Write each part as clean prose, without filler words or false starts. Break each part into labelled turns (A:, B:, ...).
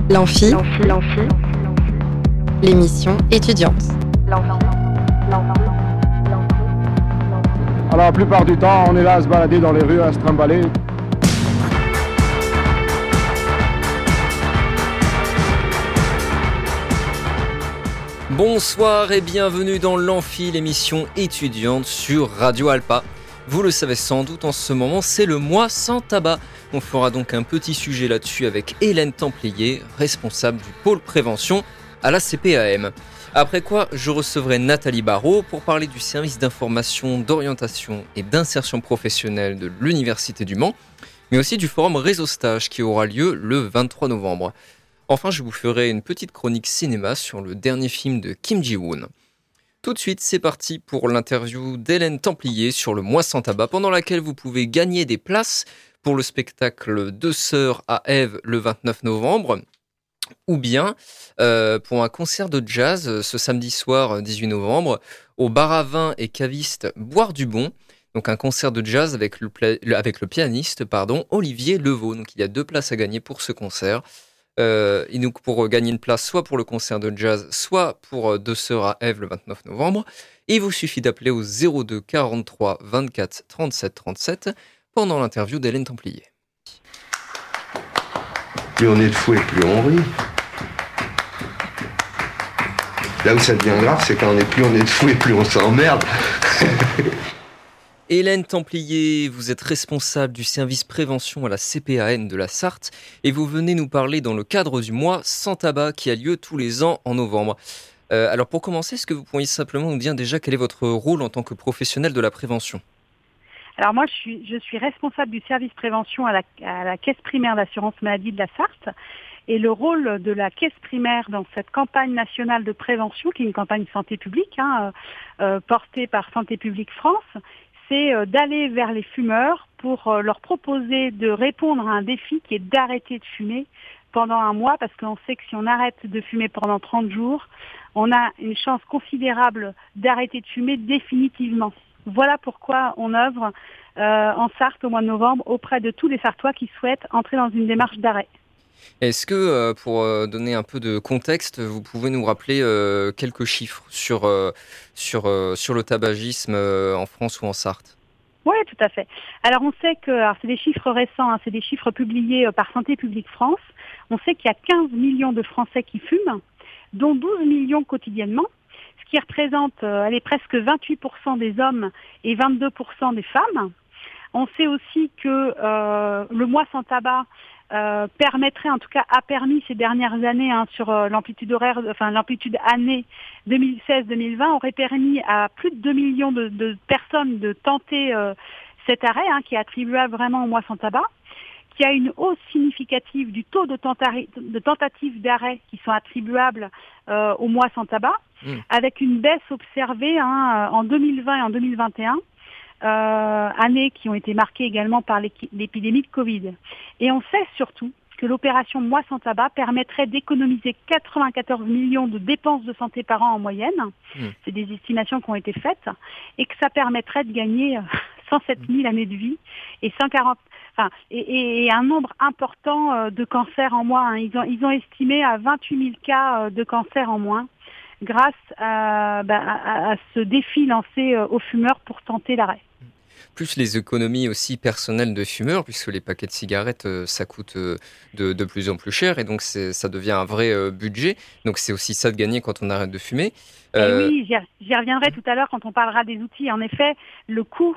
A: L'Amphi, l'émission étudiante.
B: Alors la plupart du temps, on est là à se balader dans les rues, à se trimballer.
C: Bonsoir et bienvenue dans l'Amphi, l'émission étudiante sur Radio Alpa. Vous le savez sans doute, en ce moment, c'est le mois sans tabac. On fera donc un petit sujet là-dessus avec Hélène Templier, responsable du pôle prévention à la CPAM. Après quoi, je recevrai Nathalie Barrault pour parler du service d'information, d'orientation et d'insertion professionnelle de l'Université du Mans, mais aussi du forum Réseau Stage qui aura lieu le 23 novembre. Enfin, je vous ferai une petite chronique cinéma sur le dernier film de Kim Ji-woon. Tout de suite, c'est parti pour l'interview d'Hélène Templier sur le mois sans tabac, pendant laquelle vous pouvez gagner des places pour le spectacle Deux Sœurs à Ève le 29 novembre, ou bien pour un concert de jazz ce samedi soir 18 novembre au bar à vin et caviste Boire du Bon. Donc un concert de jazz avec le pianiste Olivier Levaux. Donc il y a 2 places à gagner pour ce concert. Et donc pour gagner une place soit pour le concert de jazz, soit pour Deux Sœurs à Ève le 29 novembre, il vous suffit d'appeler au 02 43 24 37 37 pendant l'interview d'Hélène Templier.
D: Plus on est de fou et plus on rit. Là où ça devient grave, c'est quand on est de fou et plus on s'emmerde.
C: Hélène Templier, vous êtes responsable du service prévention à la CPAM de la Sarthe et vous venez nous parler dans le cadre du mois sans tabac qui a lieu tous les ans en novembre. Alors pour commencer, est-ce que vous pourriez simplement nous dire déjà quel est votre rôle en tant que professionnel de la prévention ?
E: Alors moi, je suis responsable du service prévention à la caisse primaire d'assurance maladie de la Sarthe. Et le rôle de la caisse primaire dans cette campagne nationale de prévention, qui est une campagne santé publique, portée par Santé publique France, c'est d'aller vers les fumeurs pour leur proposer de répondre à un défi qui est d'arrêter de fumer pendant un mois, parce qu'on sait que si on arrête de fumer pendant 30 jours, on a une chance considérable d'arrêter de fumer définitivement. Voilà pourquoi on œuvre en Sarthe au mois de novembre auprès de tous les Sartois qui souhaitent entrer dans une démarche d'arrêt.
C: Est-ce que, pour donner un peu de contexte, vous pouvez nous rappeler quelques chiffres sur le tabagisme en France ou en Sarthe ?
E: Oui, tout à fait. Alors on sait que, c'est des chiffres récents, c'est des chiffres publiés par Santé publique France. On sait qu'il y a 15 millions de Français qui fument, dont 12 millions quotidiennement, ce qui représente presque 28% des hommes et 22% des femmes. On sait aussi que le mois sans tabac permettrait, en tout cas a permis ces dernières années sur l'amplitude année 2016-2020, aurait permis à plus de 2 millions de personnes de tenter cet arrêt qui est attribuable vraiment au mois sans tabac, qui a une hausse significative du taux de tentatives d'arrêt qui sont attribuables au mois sans tabac, avec une baisse observée en 2020 et en 2021. Années qui ont été marquées également par l'épidémie de Covid. Et on sait surtout que l'opération Mois sans tabac permettrait d'économiser 94 millions de dépenses de santé par an en moyenne. C'est des estimations qui ont été faites. Et que ça permettrait de gagner 107 000 années de vie et 140... et un nombre important de cancers en moins. Ils ont estimé à 28 000 cas de cancers en moins grâce à ce défi lancé aux fumeurs pour tenter l'arrêt.
C: Plus les économies aussi personnelles de fumeurs, puisque les paquets de cigarettes, ça coûte de plus en plus cher, et donc ça devient un vrai budget. Donc c'est aussi ça de gagner quand on arrête de fumer.
E: Oui, j'y reviendrai tout à l'heure quand on parlera des outils. En effet, le coût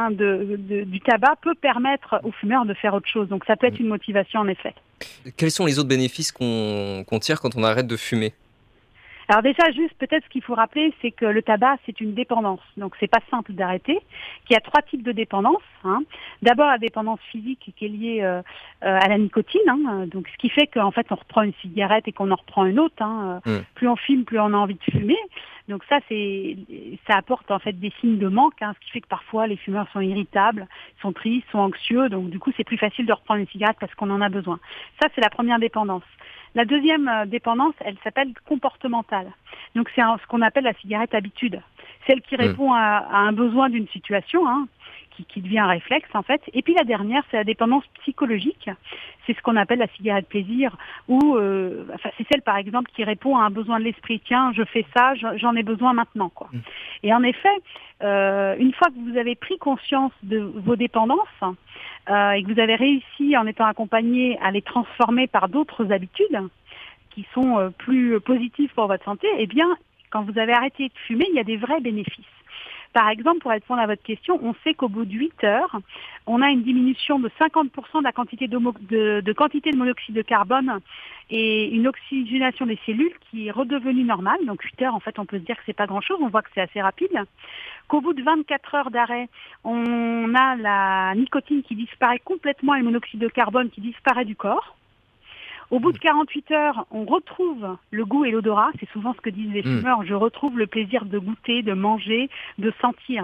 E: du tabac peut permettre aux fumeurs de faire autre chose. Donc ça peut être une motivation en effet.
C: Quels sont les autres bénéfices qu'on tire quand on arrête de fumer ?
E: Alors déjà, juste peut-être ce qu'il faut rappeler, c'est que le tabac, c'est une dépendance. Donc c'est pas simple d'arrêter. Qu'il y a 3 types de dépendance. D'abord la dépendance physique qui est liée à la nicotine. Donc ce qui fait qu'en fait on reprend une cigarette et qu'on en reprend une autre. Plus on fume, plus on a envie de fumer. Donc ça apporte en fait des signes de manque, ce qui fait que parfois les fumeurs sont irritables, sont tristes, sont anxieux. Donc du coup c'est plus facile de reprendre une cigarette parce qu'on en a besoin. Ça c'est la première dépendance. La deuxième dépendance, elle s'appelle comportementale. Donc c'est ce qu'on appelle la cigarette habitude. Celle qui répond à un besoin d'une situation, qui devient un réflexe en fait. Et puis la dernière, c'est la dépendance psychologique. C'est ce qu'on appelle la cigarette plaisir, ou c'est celle par exemple qui répond à un besoin de l'esprit. Tiens, je fais ça, j'en ai besoin maintenant, quoi. Et en effet, une fois que vous avez pris conscience de vos dépendances et que vous avez réussi en étant accompagné à les transformer par d'autres habitudes qui sont plus positives pour votre santé, eh bien, quand vous avez arrêté de fumer, il y a des vrais bénéfices. Par exemple, pour répondre à votre question, on sait qu'au bout de 8 heures, on a une diminution de 50% de la quantité de monoxyde de carbone et une oxygénation des cellules qui est redevenue normale. Donc 8 heures, en fait, on peut se dire que c'est pas grand-chose, on voit que c'est assez rapide. Qu'au bout de 24 heures d'arrêt, on a la nicotine qui disparaît complètement et le monoxyde de carbone qui disparaît du corps. Au bout de 48 heures, on retrouve le goût et l'odorat. C'est souvent ce que disent les fumeurs. Je retrouve le plaisir de goûter, de manger, de sentir.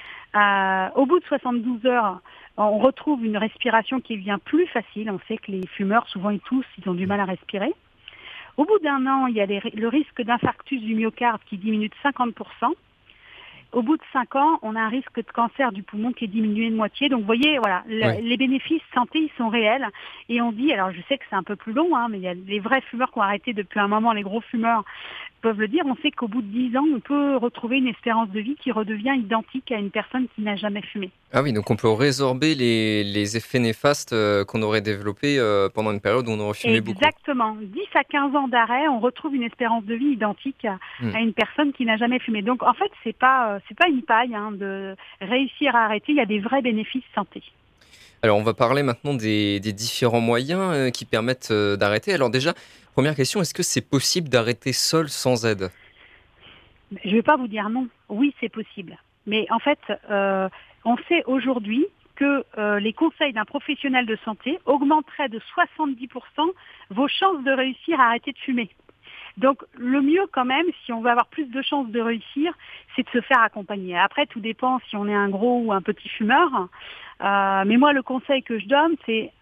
E: Au bout de 72 heures, on retrouve une respiration qui devient plus facile. On sait que les fumeurs, souvent ils toussent, ils ont du mal à respirer. Au bout d'1 an, il y a le risque d'infarctus du myocarde qui diminue de 50%. Au bout de 5 ans, on a un risque de cancer du poumon qui est diminué de moitié. Donc, vous voyez, voilà, les bénéfices santé, ils sont réels. Et on dit, alors je sais que c'est un peu plus long, mais il y a les vrais fumeurs qui ont arrêté depuis un moment, les gros fumeurs peuvent le dire. On sait qu'au bout de 10 ans, on peut retrouver une espérance de vie qui redevient identique à une personne qui n'a jamais fumé.
C: Ah oui, donc on peut résorber les effets néfastes qu'on aurait développés pendant une période où on aurait fumé beaucoup.
E: Exactement. 10 à 15 ans d'arrêt, on retrouve une espérance de vie identique à une personne qui n'a jamais fumé. Donc en fait, c'est pas une paille de réussir à arrêter. Il y a des vrais bénéfices santé.
C: Alors on va parler maintenant des différents moyens qui permettent d'arrêter. Alors déjà, première question, est-ce que c'est possible d'arrêter seul sans aide ?
E: Je ne vais pas vous dire non. Oui, c'est possible. Mais en fait, on sait aujourd'hui que les conseils d'un professionnel de santé augmenteraient de 70% vos chances de réussir à arrêter de fumer. Donc le mieux quand même, si on veut avoir plus de chances de réussir, c'est de se faire accompagner. Après, tout dépend si on est un gros ou un petit fumeur. Mais moi, le conseil que je donne, c'est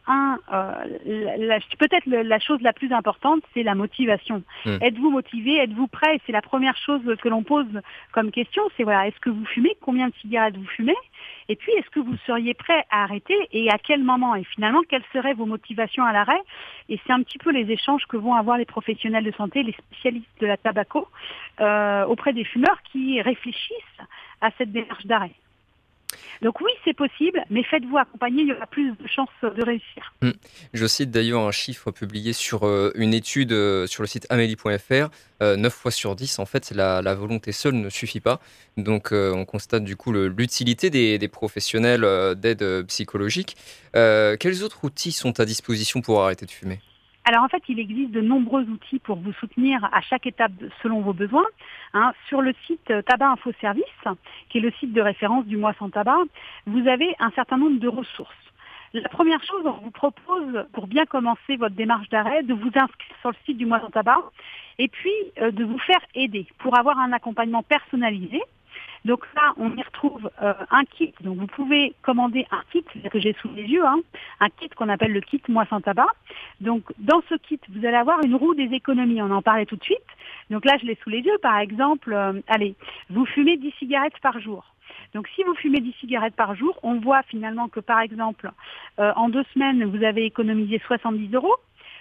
E: peut-être la chose la plus importante, c'est la motivation. Êtes-vous motivé? Êtes-vous prêt? Et c'est la première chose que l'on pose comme question, c'est est-ce que vous fumez? Combien de cigarettes vous fumez? Et puis, est-ce que vous seriez prêt à arrêter et à quel moment? Et finalement, quelles seraient vos motivations à l'arrêt? Et c'est un petit peu les échanges que vont avoir les professionnels de santé, les spécialistes de la tobacco, auprès des fumeurs qui réfléchissent à cette démarche d'arrêt. Donc oui, c'est possible, mais faites-vous accompagner, il y aura plus de chances de réussir.
C: Je cite d'ailleurs un chiffre publié sur une étude sur le site amélie.fr. 9 fois sur 10, en fait, la volonté seule ne suffit pas. Donc on constate du coup l'utilité des professionnels d'aide psychologique. Quels autres outils sont à disposition pour arrêter de fumer ?
E: Alors en fait, il existe de nombreux outils pour vous soutenir à chaque étape selon vos besoins. Sur le site Tabac Info Service, qui est le site de référence du Mois sans tabac, vous avez un certain nombre de ressources. La première chose, on vous propose, pour bien commencer votre démarche d'arrêt, de vous inscrire sur le site du Mois sans tabac et puis de vous faire aider pour avoir un accompagnement personnalisé. Donc là, on y retrouve un kit. Donc vous pouvez commander un kit que j'ai sous les yeux, un kit qu'on appelle le kit Moi sans tabac. Donc dans ce kit, vous allez avoir une roue des économies. On en parlait tout de suite. Donc là, je l'ai sous les yeux. Par exemple, vous fumez 10 cigarettes par jour. Donc si vous fumez 10 cigarettes par jour, on voit finalement que par exemple, en 2 semaines, vous avez économisé 70 €.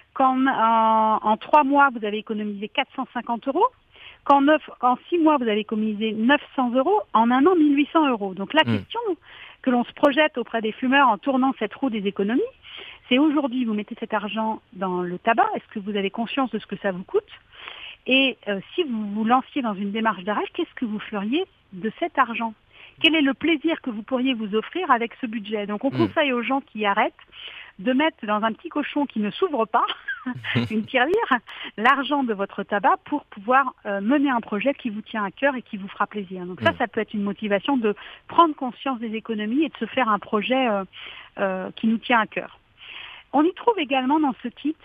E: En 3 mois, vous avez économisé 450 €. En 6 mois, vous avez économisé 900 €, en 1 an, 1800 €. Donc la question que l'on se projette auprès des fumeurs en tournant cette roue des économies, c'est aujourd'hui, vous mettez cet argent dans le tabac, est-ce que vous avez conscience de ce que ça vous coûte? Et si vous vous lanciez dans une démarche d'arrêt, qu'est-ce que vous feriez de cet argent? Quel est le plaisir que vous pourriez vous offrir avec ce budget? Donc on conseille aux gens qui arrêtent de mettre dans un petit cochon qui ne s'ouvre pas, une tirelire, l'argent de votre tabac pour pouvoir mener un projet qui vous tient à cœur et qui vous fera plaisir. Donc ça peut être une motivation de prendre conscience des économies et de se faire un projet qui nous tient à cœur. On y trouve également dans ce kit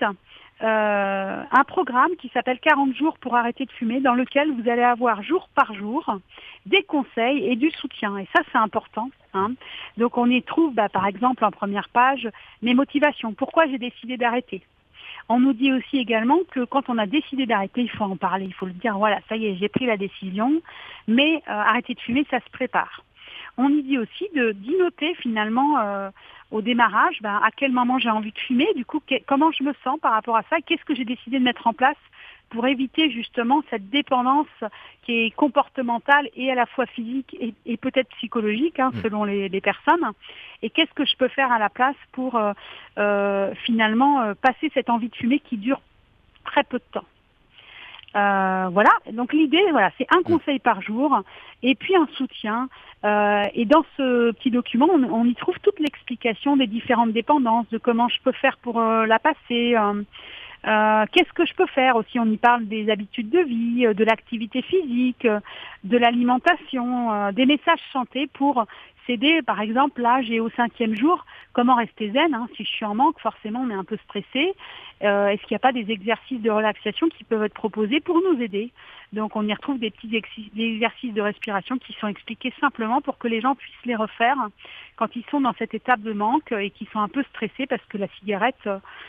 E: un programme qui s'appelle 40 jours pour arrêter de fumer, dans lequel vous allez avoir jour par jour des conseils et du soutien. Et ça, c'est important. Donc on y trouve, par exemple, en première page, mes motivations. Pourquoi j'ai décidé d'arrêter? On nous dit aussi également que quand on a décidé d'arrêter, il faut en parler. Il faut le dire, voilà, ça y est, j'ai pris la décision, mais arrêter de fumer, ça se prépare. on y dit aussi d'y noter finalement au démarrage à quel moment j'ai envie de fumer, du coup comment je me sens par rapport à ça, qu'est-ce que j'ai décidé de mettre en place pour éviter justement cette dépendance qui est comportementale et à la fois physique et peut-être psychologique selon les personnes. Et qu'est-ce que je peux faire à la place pour finalement passer cette envie de fumer qui dure très peu de temps. Voilà, donc l'idée, c'est un conseil par jour et puis un soutien. Et dans ce petit document, on y trouve toute l'explication des différentes dépendances, de comment je peux faire pour la passer. Qu'est-ce que je peux faire aussi? On y parle des habitudes de vie, de l'activité physique, de l'alimentation, des messages santé pour s'aider. Par exemple, là, j'ai au 5e jour, comment rester zen, Si je suis en manque, forcément, on est un peu stressé. Est-ce qu'il n'y a pas des exercices de relaxation qui peuvent être proposés pour nous aider? Donc, on y retrouve des petits exercices de respiration qui sont expliqués simplement pour que les gens puissent les refaire quand ils sont dans cette étape de manque et qui sont un peu stressés parce que la cigarette,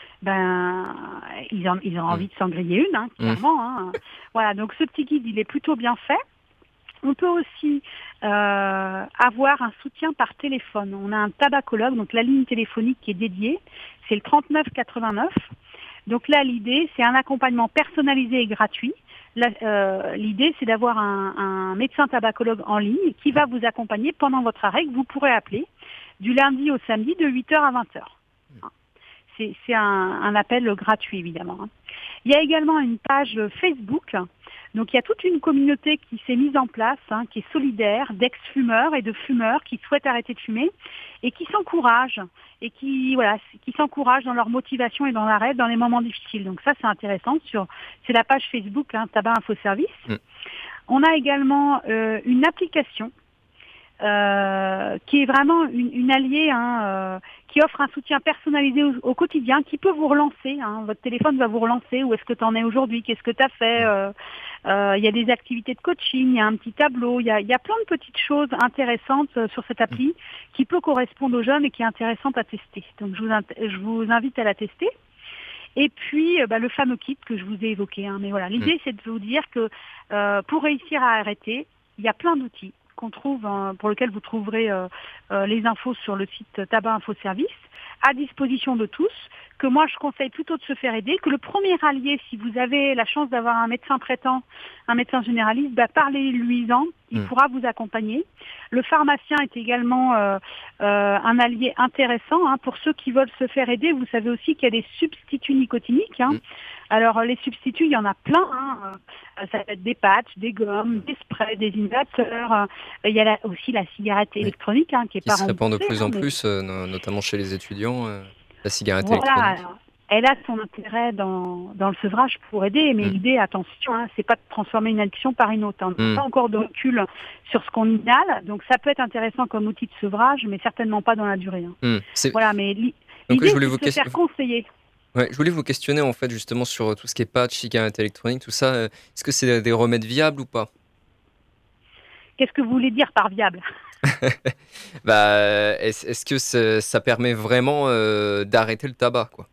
E: ils ont envie de s'en griller une, clairement. Voilà, donc ce petit guide, il est plutôt bien fait. On peut aussi avoir un soutien par téléphone. On a un tabacologue, donc la ligne téléphonique qui est dédiée, c'est le 3989. Donc là, l'idée, c'est un accompagnement personnalisé et gratuit. L'idée, c'est d'avoir un médecin tabacologue en ligne qui va vous accompagner pendant votre arrêt, que vous pourrez appeler du lundi au samedi de 8h à 20h. C'est un appel gratuit, évidemment. Il y a également une page Facebook. Donc il y a toute une communauté qui s'est mise en place, qui est solidaire, d'ex-fumeurs et de fumeurs qui souhaitent arrêter de fumer et qui s'encouragent qui s'encouragent dans leur motivation et dans l'arrêt dans les moments difficiles. Donc ça c'est intéressant. C'est la page Facebook Tabac Info Service. On a également une application qui est vraiment une alliée qui offre un soutien personnalisé au quotidien, qui peut vous relancer. Votre téléphone va vous relancer. Où est-ce que tu en es aujourd'hui? Qu'est-ce que tu as fait? Il y a des activités de coaching, il y a un petit tableau, il y a plein de petites choses intéressantes sur cette appli qui peut correspondre aux jeunes et qui est intéressante à tester. Donc je vous invite à la tester. Et puis le fameux kit que je vous ai évoqué. Mais voilà, l'idée c'est de vous dire que pour réussir à arrêter, il y a plein d'outils qu'on trouve, pour lequel vous trouverez les infos sur le site Tabac Info Service, à disposition de tous, que moi je conseille plutôt de se faire aider, que le premier allié, si vous avez la chance d'avoir un médecin traitant, un médecin généraliste, parlez-lui-en, il pourra vous accompagner. Le pharmacien est également un allié intéressant pour ceux qui veulent se faire aider. Vous savez aussi qu'il y a des substituts nicotiniques. Alors les substituts, il y en a plein. Ça peut être des patchs, des gommes, des sprays, des inhalateurs. Il y a aussi la cigarette électronique qui est pas remboursée.
C: Qui se répand de plus en plus, notamment chez les étudiants, la cigarette électronique.
E: Alors, elle a son intérêt dans le sevrage pour aider, mais l'idée, attention, c'est pas de transformer une addiction par une autre. On n'a pas encore de recul sur ce qu'on inhale, donc ça peut être intéressant comme outil de sevrage, mais certainement pas dans la durée. Voilà, mais l'idée, c'est de se faire conseiller.
C: Ouais, je voulais vous questionner en fait justement sur tout ce qui est patch, cigarette électronique, tout ça. Est-ce que c'est des remèdes viables ou pas?
E: Qu'est-ce que vous voulez dire par viable?
C: Est-ce que ça permet vraiment d'arrêter le tabac, quoi?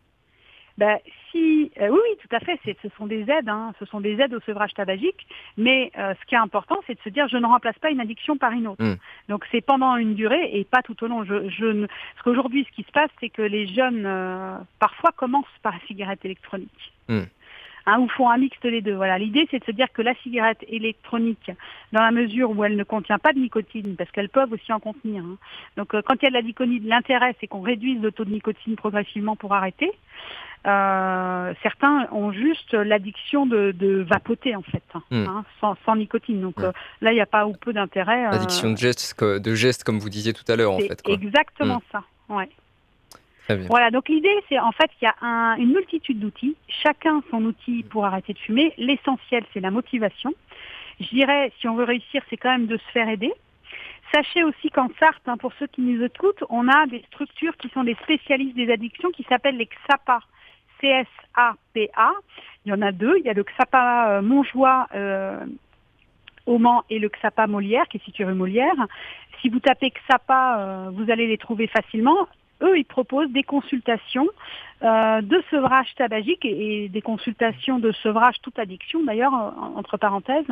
E: Oui, tout à fait. Ce sont des aides, ce sont des aides au sevrage tabagique. Mais ce qui est important, c'est de se dire, je ne remplace pas une addiction par une autre. Donc c'est pendant une durée et pas tout au long. Parce qu'aujourd'hui, ce qui se passe, c'est que les jeunes parfois commencent par la cigarette électronique. Ou font un mixte des deux. Voilà. L'idée, c'est de se dire que la cigarette électronique, dans la mesure où elle ne contient pas de nicotine, parce qu'elles peuvent aussi en contenir. Donc, quand il y a de la nicotine, l'intérêt, c'est qu'on réduise le taux de nicotine progressivement pour arrêter. Certains ont juste l'addiction de vapoter, en fait, sans nicotine. Donc, là, il n'y a pas ou peu d'intérêt.
C: Addiction de gestes, comme vous disiez tout à l'heure, en fait.
E: C'est exactement ça, ouais.
C: Très bien.
E: Voilà, donc l'idée, c'est en fait qu'il y a une multitude d'outils, chacun son outil pour arrêter de fumer. L'essentiel, c'est la motivation. Je dirais, si on veut réussir, c'est quand même de se faire aider. Sachez aussi qu'en Sarthe, pour ceux qui nous écoutent, on a des structures qui sont des spécialistes des addictions qui s'appellent les XAPA, C-S-A-P-A. Il y en a deux, il y a le XAPA Montjoie au Mans et le XAPA Molière, qui est situé rue Molière. Si vous tapez XAPA, vous allez les trouver facilement. eux, ils proposent des consultations de sevrage tabagique et des consultations de sevrage toute addiction d'ailleurs, entre parenthèses,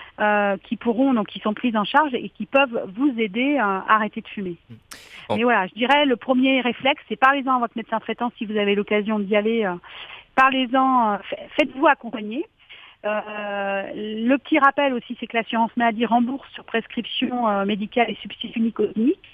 E: qui sont prises en charge et qui peuvent vous aider à arrêter de fumer.
C: Bon.
E: Mais voilà, je dirais le premier réflexe, c'est parlez-en à votre médecin traitant si vous avez l'occasion d'y aller. Parlez-en, faites-vous accompagner. Le petit rappel aussi, c'est que l'assurance maladie rembourse sur prescription médicale et substitut nicotinique.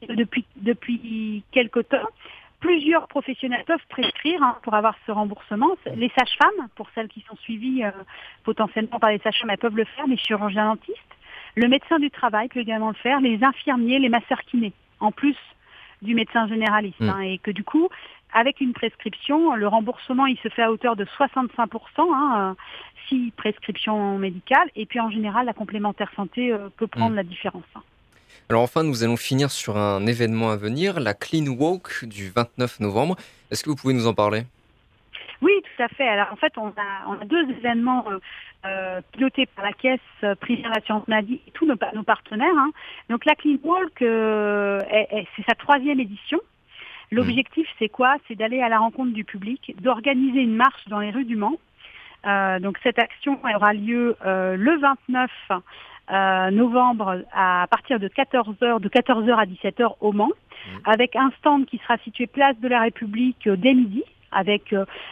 E: Depuis quelque temps, plusieurs professionnels peuvent prescrire pour avoir ce remboursement. Les sages-femmes, pour celles qui sont suivies potentiellement par les sages-femmes, elles peuvent le faire, les chirurgiens dentistes. Le médecin du travail peut également le faire, les infirmiers, les masseurs kinés, en plus du médecin généraliste. Et que du coup, avec une prescription, le remboursement il se fait à hauteur de 65%, si prescription médicale, et puis en général, la complémentaire santé peut prendre la différence.
C: Alors enfin, nous allons finir sur un événement à venir, la Clean Walk du 29 novembre. Est-ce que vous pouvez nous en parler ?
E: Oui, tout à fait. Alors en fait, on a deux événements pilotés par la Caisse privée d'assurance maladie et tous nos partenaires. Donc la Clean Walk, c'est sa 3e édition. L'objectif, c'est quoi ? C'est d'aller à la rencontre du public, d'organiser une marche dans les rues du Mans. Donc cette action aura lieu le 29 novembre à partir de 14h, de 14h à 17h au Mans, avec un stand qui sera situé place de la République dès midi, avec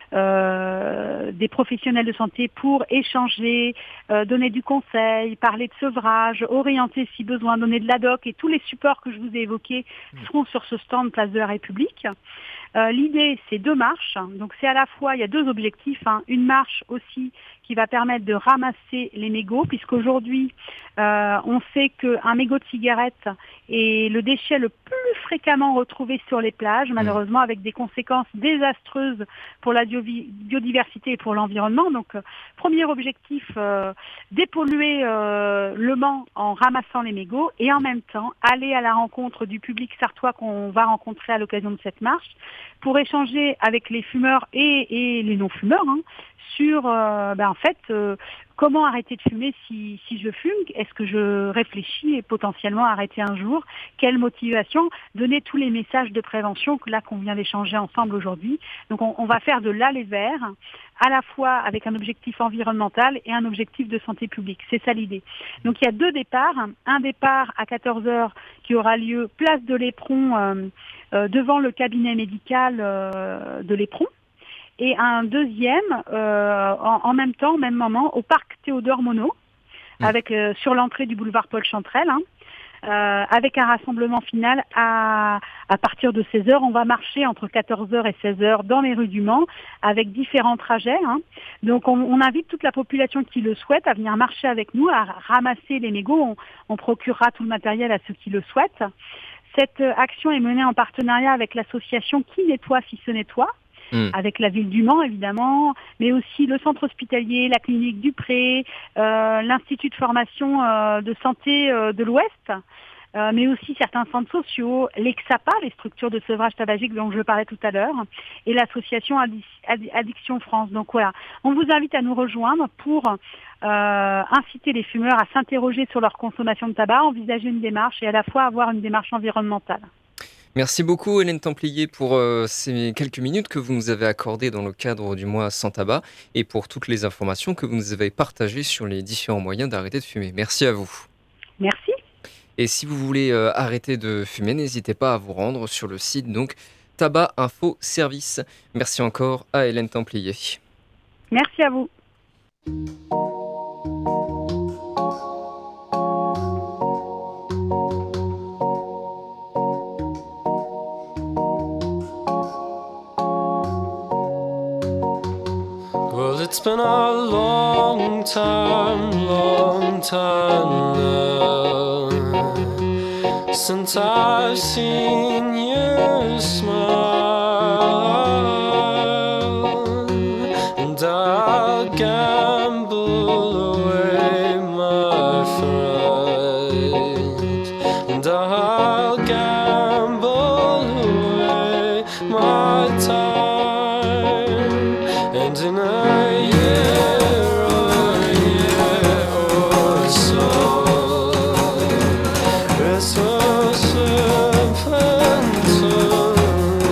E: des professionnels de santé pour échanger, donner du conseil, parler de sevrage, orienter si besoin, donner de la doc, et tous les supports que je vous ai évoqués seront sur ce stand place de la République. L'idée, c'est 2 marches. Donc c'est à la fois, il y a 2 objectifs. Une marche aussi qui va permettre de ramasser les mégots, puisqu'aujourd'hui, on sait qu'un mégot de cigarette est le déchet le plus fréquemment retrouvé sur les plages, malheureusement, avec des conséquences désastreuses pour la biodiversité et pour l'environnement. Donc, premier objectif, dépolluer le Mans en ramassant les mégots, et en même temps, aller à la rencontre du public sartois qu'on va rencontrer à l'occasion de cette marche, pour échanger avec les fumeurs et les non-fumeurs sur comment arrêter de fumer si je fume, est-ce que je réfléchis et potentiellement arrêter un jour, quelle motivation, donner tous les messages de prévention qu'on vient d'échanger ensemble aujourd'hui. Donc on va faire de l'aller vers, à la fois avec un objectif environnemental et un objectif de santé publique. C'est ça l'idée. Donc il y a 2 départs. Un départ à 14h qui aura lieu place de l'Éperon, devant le cabinet médical de l'Éperon. Et un deuxième, en même temps, au même moment, au parc Théodore Monod, avec sur l'entrée du boulevard Paul Chantrel, avec un rassemblement final à partir de 16h. On va marcher entre 14h et 16h dans les rues du Mans, avec différents trajets. Donc on invite toute la population qui le souhaite à venir marcher avec nous, à ramasser les mégots. On procurera tout le matériel à ceux qui le souhaitent. Cette action est menée en partenariat avec l'association Qui nettoie si se nettoie, avec la ville du Mans évidemment, mais aussi le centre hospitalier, la clinique du Pré, l'Institut de formation de santé de l'Ouest, mais aussi certains centres sociaux, l'EXAPA, les structures de sevrage tabagique dont je parlais tout à l'heure, et l'association Addiction France. Donc voilà, on vous invite à nous rejoindre pour inciter les fumeurs à s'interroger sur leur consommation de tabac, envisager une démarche et à la fois avoir une démarche environnementale.
C: Merci beaucoup Hélène Templier pour ces quelques minutes que vous nous avez accordées dans le cadre du mois sans tabac et pour toutes les informations que vous nous avez partagées sur les différents moyens d'arrêter de fumer. Merci à vous.
E: Merci.
C: Et si vous voulez arrêter de fumer, n'hésitez pas à vous rendre sur le site donc Tabac Info Service. Merci encore à Hélène Templier.
E: Merci à vous.
A: Well, it's been a long time now since I've seen you smile, and I'll gamble away my fright, and I'll gamble away my time, and in a year or so, it's so simple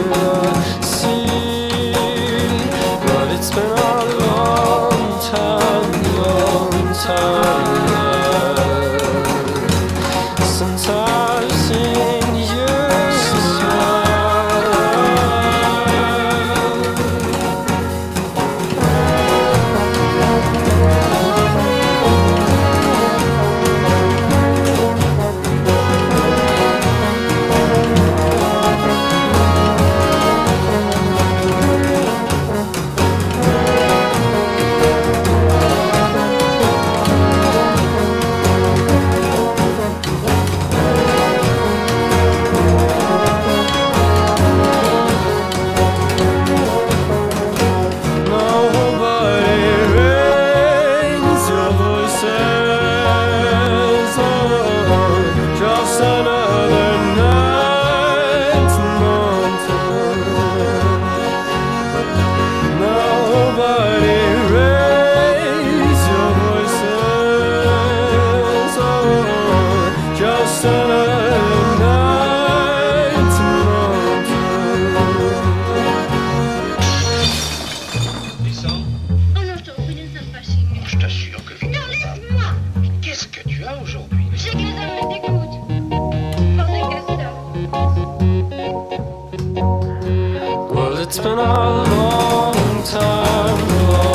A: it's been a long time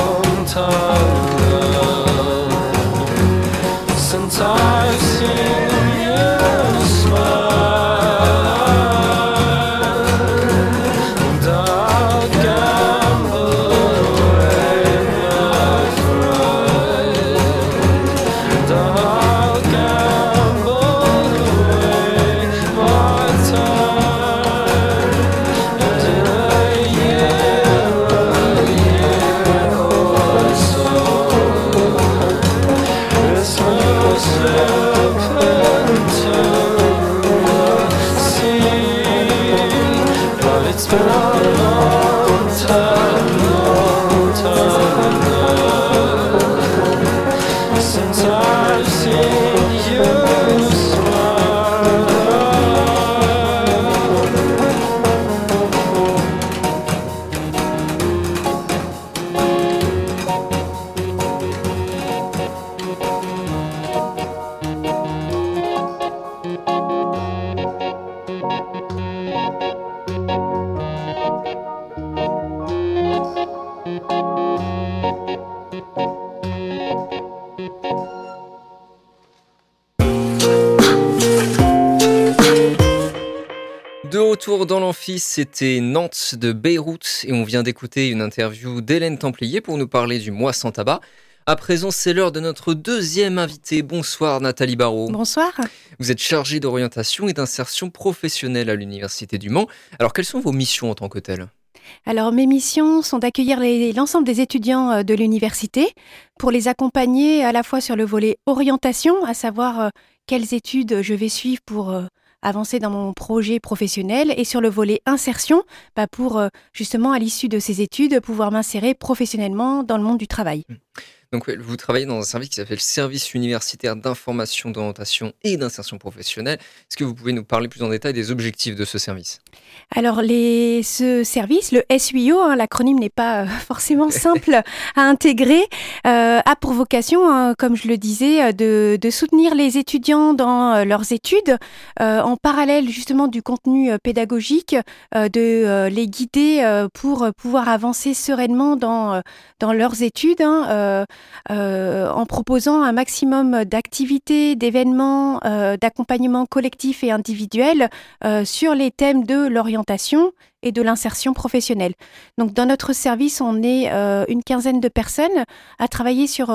A: since I've seen you smile, and I'll gamble away my pride, and I'll gamble away my time, and in a year or so, it's no slip into the sea, but it's been a long time since I've seen you smile.
C: De retour dans l'amphi, c'était Nantes de Beyrouth et on vient d'écouter une interview d'Hélène Templier pour nous parler du mois sans tabac. À présent, c'est l'heure de notre deuxième invitée. Bonsoir Nathalie Barraud.
F: Bonsoir.
C: Vous êtes chargée d'orientation et d'insertion professionnelle à l'Université du Mans. Alors, quelles sont vos missions en tant que telles ?
F: Alors, mes missions sont d'accueillir l'ensemble des étudiants de l'université pour les accompagner à la fois sur le volet orientation, à savoir quelles études je vais suivre pour avancer dans mon projet professionnel, et sur le volet insertion, pour justement, à l'issue de ces études, pouvoir m'insérer professionnellement dans le monde du travail.
C: Donc, vous travaillez dans un service qui s'appelle Service universitaire d'information, d'orientation et d'insertion professionnelle. Est-ce que vous pouvez nous parler plus en détail des objectifs de ce service ?
F: Alors, ce service, le SUIO, l'acronyme n'est pas forcément simple à intégrer, a pour vocation, comme je le disais, de soutenir les étudiants dans leurs études, en parallèle justement du contenu pédagogique, de les guider pour pouvoir avancer sereinement dans leurs études, en proposant un maximum d'activités, d'événements, d'accompagnement collectif et individuel sur les thèmes de l'orientation et de l'insertion professionnelle. Donc, dans notre service, on est une quinzaine de personnes à travailler sur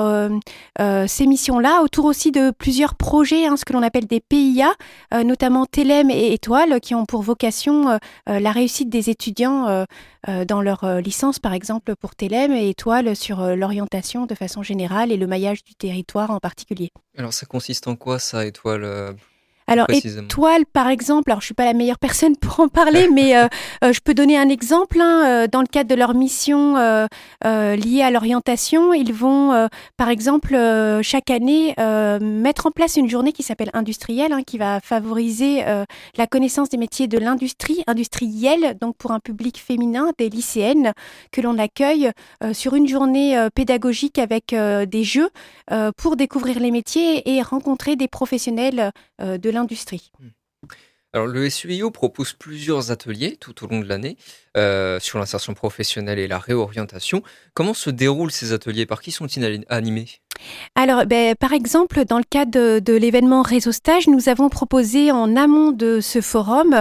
F: ces missions-là, autour aussi de plusieurs projets, ce que l'on appelle des PIA, notamment TELEM et Étoile, qui ont pour vocation la réussite des étudiants dans leur licence, par exemple pour TELEM, et Étoile sur l'orientation de façon générale et le maillage du territoire en particulier.
C: Alors, ça consiste en quoi, ça, Étoile
F: Alors, Étoile, par exemple, alors je suis pas la meilleure personne pour en parler, mais je peux donner un exemple. Dans le cadre de leur mission liée à l'orientation, ils vont, par exemple, chaque année, mettre en place une journée qui s'appelle industrielle, qui va favoriser la connaissance des métiers de l'industrie, industrielle, donc pour un public féminin, des lycéennes, que l'on accueille sur une journée pédagogique avec des jeux pour découvrir les métiers et rencontrer des professionnels de l'industrie.
C: Alors, le SUIO propose plusieurs ateliers tout au long de l'année sur l'insertion professionnelle et la réorientation. Comment se déroulent ces ateliers ? Par qui sont-ils animés ?
F: Alors, par exemple, dans le cadre de l'événement Réseau Stage, nous avons proposé en amont de ce forum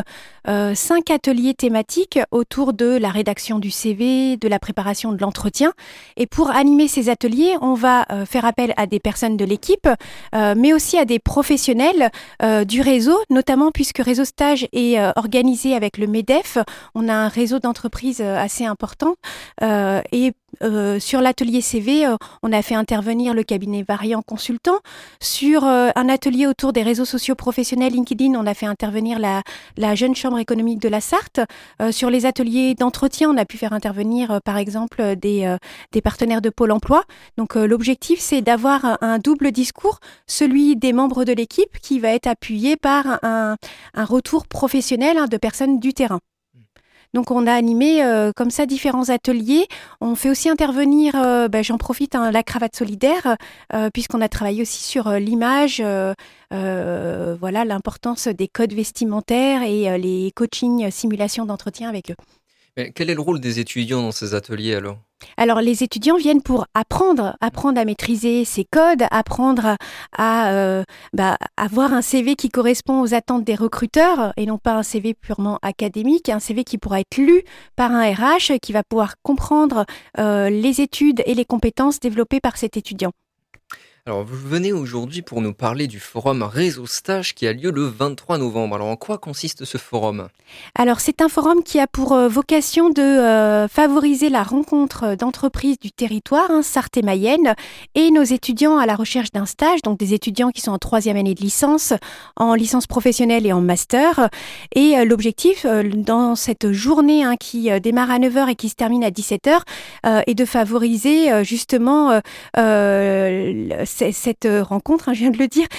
F: 5 ateliers thématiques autour de la rédaction du CV, de la préparation de l'entretien. Et pour animer ces ateliers, on va faire appel à des personnes de l'équipe, mais aussi à des professionnels du réseau, notamment puisque Réseau Stage est organisé avec le MEDEF. On a un réseau d'entreprises assez important et sur l'atelier CV, on a fait intervenir le cabinet Variant Consultant. Sur un atelier autour des réseaux sociaux professionnels LinkedIn, on a fait intervenir la Jeune Chambre économique de la Sarthe. Sur les ateliers d'entretien, on a pu faire intervenir, par exemple, des partenaires de Pôle emploi. Donc, l'objectif, c'est d'avoir un double discours, celui des membres de l'équipe qui va être appuyé par un retour professionnel de personnes du terrain. Donc, on a animé comme ça différents ateliers. On fait aussi intervenir, j'en profite, la cravate solidaire, puisqu'on a travaillé aussi sur l'image, l'importance des codes vestimentaires et les coachings simulations d'entretien avec eux.
C: Mais quel est le rôle des étudiants dans ces ateliers alors?
F: Alors, les étudiants viennent pour apprendre à maîtriser ces codes, apprendre à avoir un CV qui correspond aux attentes des recruteurs et non pas un CV purement académique, un CV qui pourra être lu par un RH qui va pouvoir comprendre les études et les compétences développées par cet étudiant.
C: Alors, vous venez aujourd'hui pour nous parler du forum Réseau Stage qui a lieu le 23 novembre. Alors, en quoi consiste ce forum?
F: Alors, c'est un forum qui a pour vocation de favoriser la rencontre d'entreprises du territoire, Sarthe et Mayenne, et nos étudiants à la recherche d'un stage, donc des étudiants qui sont en 3e année de licence, en licence professionnelle et en master. Et l'objectif, dans cette journée qui démarre à 9h et qui se termine à 17h, est de favoriser justement cette rencontre, je viens de le dire,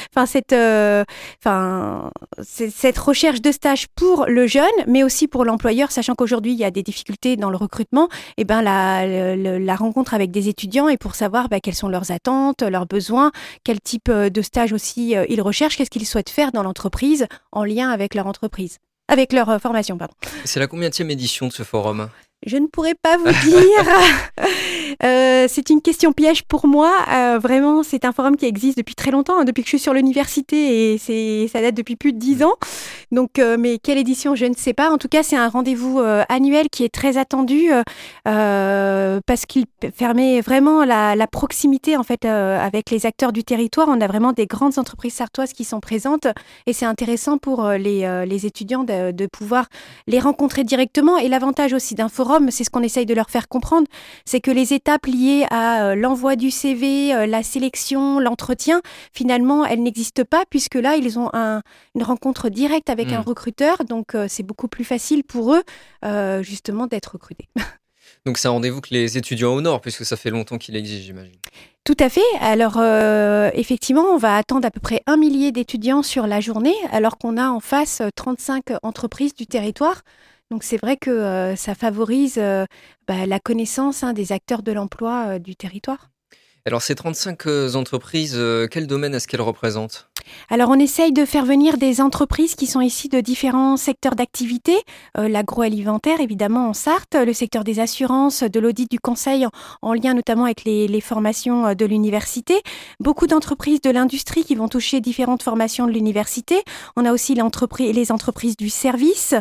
F: cette recherche de stage pour le jeune, mais aussi pour l'employeur, sachant qu'aujourd'hui il y a des difficultés dans le recrutement. Et la rencontre avec des étudiants et pour savoir quelles sont leurs attentes, leurs besoins, quel type de stage aussi ils recherchent, qu'est-ce qu'ils souhaitent faire dans l'entreprise en lien avec leur entreprise, avec leur formation, pardon.
C: C'est la combienième édition de ce forum?
F: Je ne pourrais pas vous dire. C'est une question piège pour moi. Vraiment, c'est un forum qui existe depuis très longtemps, depuis que je suis sur l'université et ça date depuis plus de 10 ans. Donc, mais quelle édition, je ne sais pas. En tout cas, c'est un rendez-vous annuel qui est très attendu parce qu'il permet vraiment la proximité en fait avec les acteurs du territoire. On a vraiment des grandes entreprises sartoises qui sont présentes et c'est intéressant pour les étudiants de pouvoir les rencontrer directement. Et l'avantage aussi d'un forum, c'est ce qu'on essaye de leur faire comprendre, c'est que les étapes liées à l'envoi du CV, la sélection, l'entretien, finalement, elles n'existent pas puisque là, ils ont une rencontre directe avec un recruteur. Donc, c'est beaucoup plus facile pour eux, justement, d'être recrutés.
C: Donc, c'est un rendez-vous que les étudiants honorent puisque ça fait longtemps qu'il existe, j'imagine.
F: Tout à fait. Alors, effectivement, on va attendre à peu près 1 millier d'étudiants sur la journée, alors qu'on a en face 35 entreprises du territoire. Donc, c'est vrai que ça favorise la connaissance des acteurs de l'emploi du territoire.
C: Alors, ces 35 entreprises, quel domaine est-ce qu'elles représentent ?
F: Alors, on essaye de faire venir des entreprises qui sont ici de différents secteurs d'activité. L'agroalimentaire, évidemment, en Sarthe, le secteur des assurances, de l'audit, du conseil, en lien notamment avec les formations de l'université. Beaucoup d'entreprises de l'industrie qui vont toucher différentes formations de l'université. On a aussi les entreprises du service.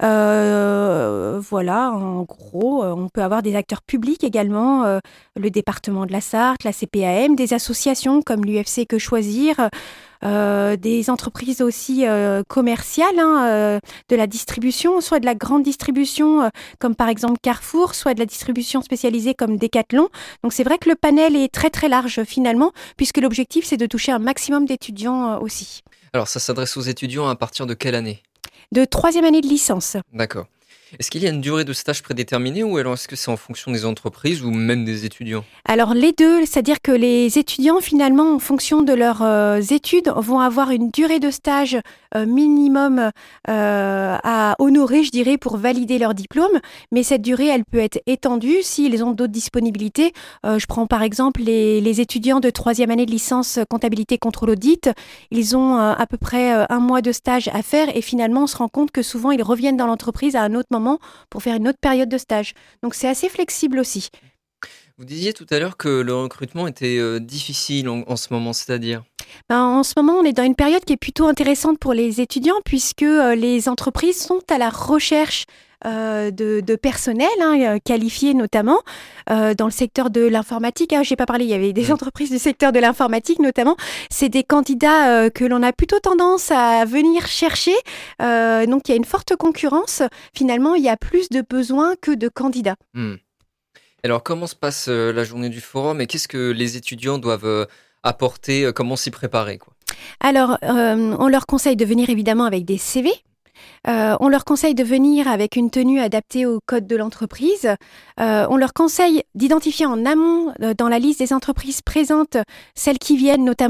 F: Voilà, en gros, on peut avoir des acteurs publics également, le département de la Sarthe, la CPAM, des associations comme l'UFC Que Choisir, des entreprises aussi commerciales, de la distribution, soit de la grande distribution comme par exemple Carrefour, soit de la distribution spécialisée comme Decathlon. Donc c'est vrai que le panel est très très large finalement, puisque l'objectif c'est de toucher un maximum d'étudiants aussi.
C: Alors ça s'adresse aux étudiants à partir de quelle année ?
F: De 3e année de licence.
C: D'accord. Est-ce qu'il y a une durée de stage prédéterminée ou alors est-ce que c'est en fonction des entreprises ou même des étudiants ?
F: Alors les deux, c'est-à-dire que les étudiants finalement en fonction de leurs études vont avoir une durée de stage minimum à honorer, je dirais, pour valider leur diplôme. Mais cette durée, elle peut être étendue s'ils ont d'autres disponibilités. Je prends par exemple les étudiants de 3e année de licence comptabilité contrôle audit. Ils ont à peu près 1 mois de stage à faire et finalement on se rend compte que souvent ils reviennent dans l'entreprise à un autre moment pour faire une autre période de stage. Donc c'est assez flexible aussi.
C: Vous disiez tout à l'heure que le recrutement était difficile en ce moment, c'est-à-dire ?
F: En ce moment, on est dans une période qui est plutôt intéressante pour les étudiants puisque les entreprises sont à la recherche de personnel qualifié notamment dans le secteur de l'informatique. J'ai pas parlé, il y avait des entreprises du secteur de l'informatique notamment. C'est des candidats que l'on a plutôt tendance à venir chercher. Donc il y a une forte concurrence. Finalement, il y a plus de besoins que de candidats.
C: Alors comment se passe la journée du forum et qu'est-ce que les étudiants doivent apporter, comment s'y préparer, quoi ?
F: Alors, on leur conseille de venir évidemment avec des CV. On leur conseille de venir avec une tenue adaptée au code de l'entreprise. On leur conseille d'identifier en amont dans la liste des entreprises présentes celles qui viennent notamment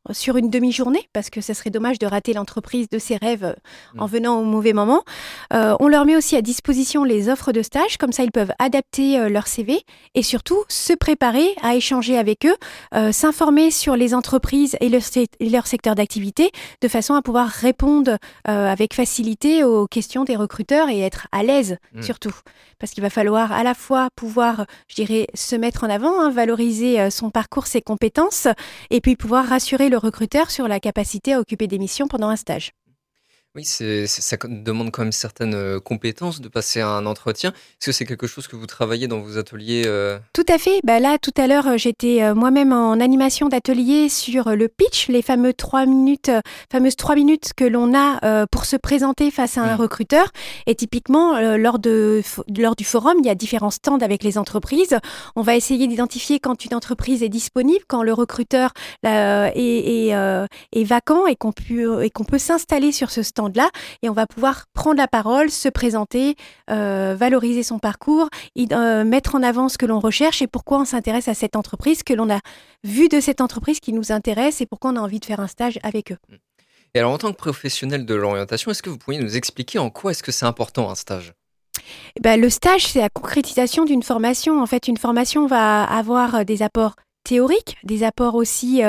F: sur une demi-journée, parce que ça serait dommage de rater l'entreprise de ses rêves en venant au mauvais moment. On leur met aussi à disposition les offres de stage, comme ça ils peuvent adapter leur CV et surtout se préparer à échanger avec eux, s'informer sur les entreprises et leur secteur d'activité, de façon à pouvoir répondre avec facilité aux questions des recruteurs et être à l'aise surtout. Parce qu'il va falloir à la fois pouvoir, je dirais, se mettre en avant, valoriser son parcours, ses compétences, et puis pouvoir rassurer le recruteur sur la capacité à occuper des missions pendant un stage.
C: Oui, ça demande quand même certaines compétences de passer à un entretien. Est-ce que c'est quelque chose que vous travaillez dans vos ateliers
F: Tout à fait. Là, tout à l'heure, j'étais moi-même en animation d'atelier sur le pitch, les fameuses 3 minutes que l'on a pour se présenter face à un recruteur. Et typiquement, lors du forum, il y a différents stands avec les entreprises. On va essayer d'identifier quand une entreprise est disponible, quand le recruteur est vacant et qu'on peut s'installer sur ce stand là, et on va pouvoir prendre la parole, se présenter, valoriser son parcours, mettre en avant ce que l'on recherche et pourquoi on s'intéresse à cette entreprise, que l'on a vu de cette entreprise qui nous intéresse et pourquoi on a envie de faire un stage avec eux.
C: Et alors, en tant que professionnel de l'orientation, est-ce que vous pourriez nous expliquer en quoi est-ce que c'est important un stage ?
F: Le stage, c'est la concrétisation d'une formation. En fait, une formation va avoir des apports théoriques, des apports aussi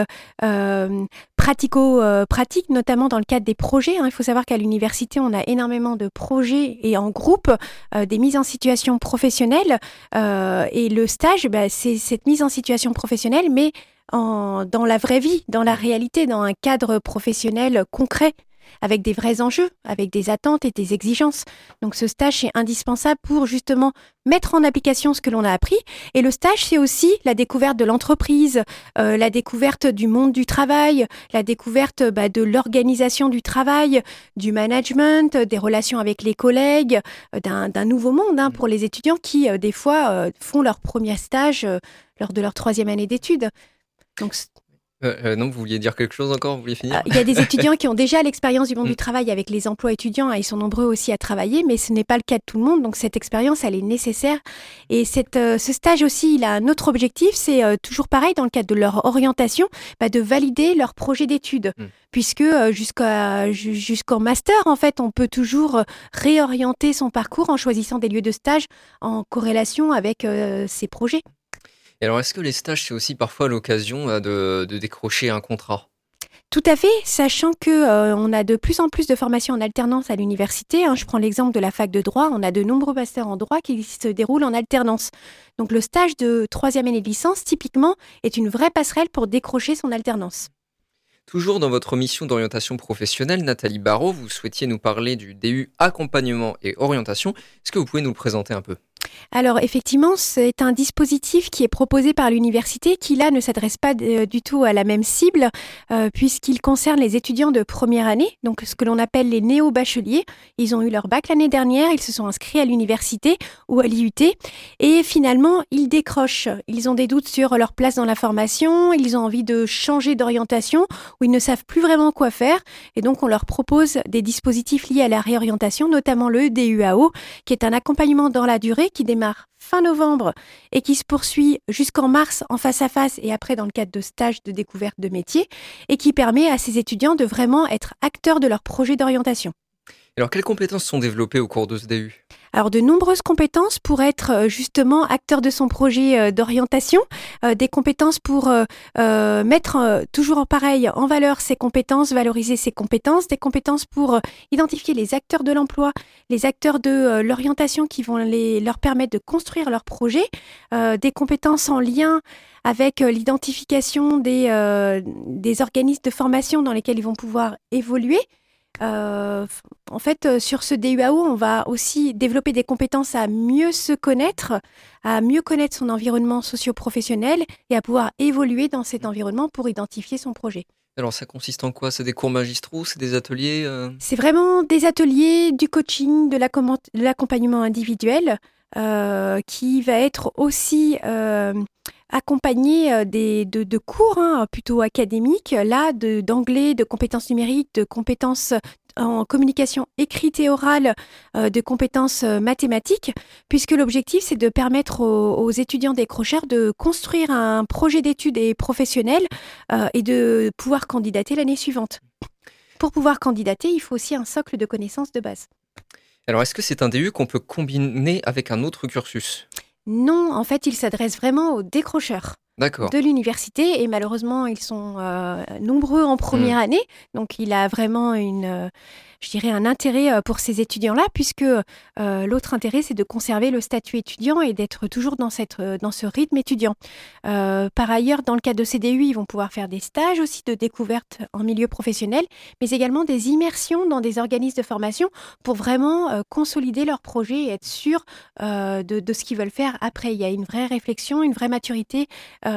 F: pratico-pratiques, notamment dans le cadre des projets. Il faut savoir qu'à l'université, on a énormément de projets et en groupe, des mises en situation professionnelle. Et le stage, c'est cette mise en situation professionnelle, mais dans la vraie vie, dans la réalité, dans un cadre professionnel concret, avec des vrais enjeux, avec des attentes et des exigences. Donc ce stage est indispensable pour justement mettre en application ce que l'on a appris. Et le stage, c'est aussi la découverte de l'entreprise, la découverte du monde du travail, la découverte de l'organisation du travail, du management, des relations avec les collègues, d'un nouveau monde pour les étudiants qui, des fois, font leur premier stage lors de leur 3e année d'études. Donc,
C: non, vous vouliez dire quelque chose encore ? Vous vouliez finir ?
F: Il y a des étudiants qui ont déjà l'expérience du monde du travail avec les emplois étudiants, ils sont nombreux aussi à travailler, mais ce n'est pas le cas de tout le monde, donc cette expérience, elle est nécessaire. Et ce stage aussi, il a un autre objectif, c'est toujours pareil dans le cadre de leur orientation, de valider leur projet d'études. Puisque jusqu'en master, en fait, on peut toujours réorienter son parcours en choisissant des lieux de stage en corrélation avec ses projets.
C: Et alors, est-ce que les stages, c'est aussi parfois l'occasion de décrocher un contrat ?
F: Tout à fait, sachant qu'on a de plus en plus de formations en alternance à l'université. Je prends l'exemple de la fac de droit. On a de nombreux masters en droit qui se déroulent en alternance. Donc le stage de 3e année de licence, typiquement, est une vraie passerelle pour décrocher son alternance.
C: Toujours dans votre mission d'orientation professionnelle, Nathalie Barraud, vous souhaitiez nous parler du DU Accompagnement et Orientation. Est-ce que vous pouvez nous le présenter un peu ?
F: Alors effectivement, c'est un dispositif qui est proposé par l'université qui là ne s'adresse pas du tout à la même cible puisqu'il concerne les étudiants de première année, donc ce que l'on appelle les néo-bacheliers. Ils ont eu leur bac l'année dernière, ils se sont inscrits à l'université ou à l'IUT et finalement ils décrochent. Ils ont des doutes sur leur place dans la formation, ils ont envie de changer d'orientation ou ils ne savent plus vraiment quoi faire et donc on leur propose des dispositifs liés à la réorientation, notamment le DUAO qui est un accompagnement dans la durée qui démarre fin novembre et qui se poursuit jusqu'en mars en face à face et après dans le cadre de stages de découverte de métier et qui permet à ces étudiants de vraiment être acteurs de leur projet d'orientation.
C: Alors, quelles compétences sont développées au cours de ce DU ?
F: Alors, de nombreuses compétences pour être justement acteur de son projet d'orientation, des compétences pour mettre toujours pareil en valeur ses compétences, valoriser ses compétences, des compétences pour identifier les acteurs de l'emploi, les acteurs de l'orientation qui vont leur permettre de construire leur projet, des compétences en lien avec l'identification des organismes de formation dans lesquels ils vont pouvoir évoluer. En fait, sur ce DUAO, on va aussi développer des compétences à mieux se connaître, à mieux connaître son environnement socio-professionnel et à pouvoir évoluer dans cet environnement pour identifier son projet.
C: Alors, ça consiste en quoi ? C'est des cours magistraux ? C'est des ateliers
F: C'est vraiment des ateliers, du coaching, de l'accompagnement individuel qui va être aussi accompagné de cours plutôt académiques, là, d'anglais, de compétences numériques, de compétences en communication écrite et orale de compétences mathématiques, puisque l'objectif, c'est de permettre aux étudiants décrocheurs de construire un projet d'études et professionnel et de pouvoir candidater l'année suivante. Pour pouvoir candidater, il faut aussi un socle de connaissances de base.
C: Alors, est-ce que c'est un DU qu'on peut combiner avec un autre cursus ?
F: Non, en fait, il s'adresse vraiment aux décrocheurs.
C: D'accord.
F: De l'université, et malheureusement ils sont nombreux en première année, donc il a vraiment un intérêt pour ces étudiants-là, puisque l'autre intérêt c'est de conserver le statut étudiant et d'être toujours dans ce rythme étudiant. Par ailleurs, dans le cadre de CDU, ils vont pouvoir faire des stages aussi de découverte en milieu professionnel, mais également des immersions dans des organismes de formation pour vraiment consolider leur projet et être sûr de ce qu'ils veulent faire après. Il y a une vraie réflexion, une vraie maturité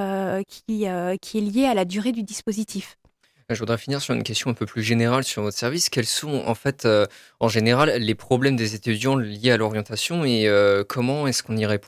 F: qui est liée à la durée du dispositif.
C: Je voudrais finir sur une question un peu plus générale sur votre service. Quels sont en fait, en général, les problèmes des étudiants liés à l'orientation et comment est-ce qu'on y répond ?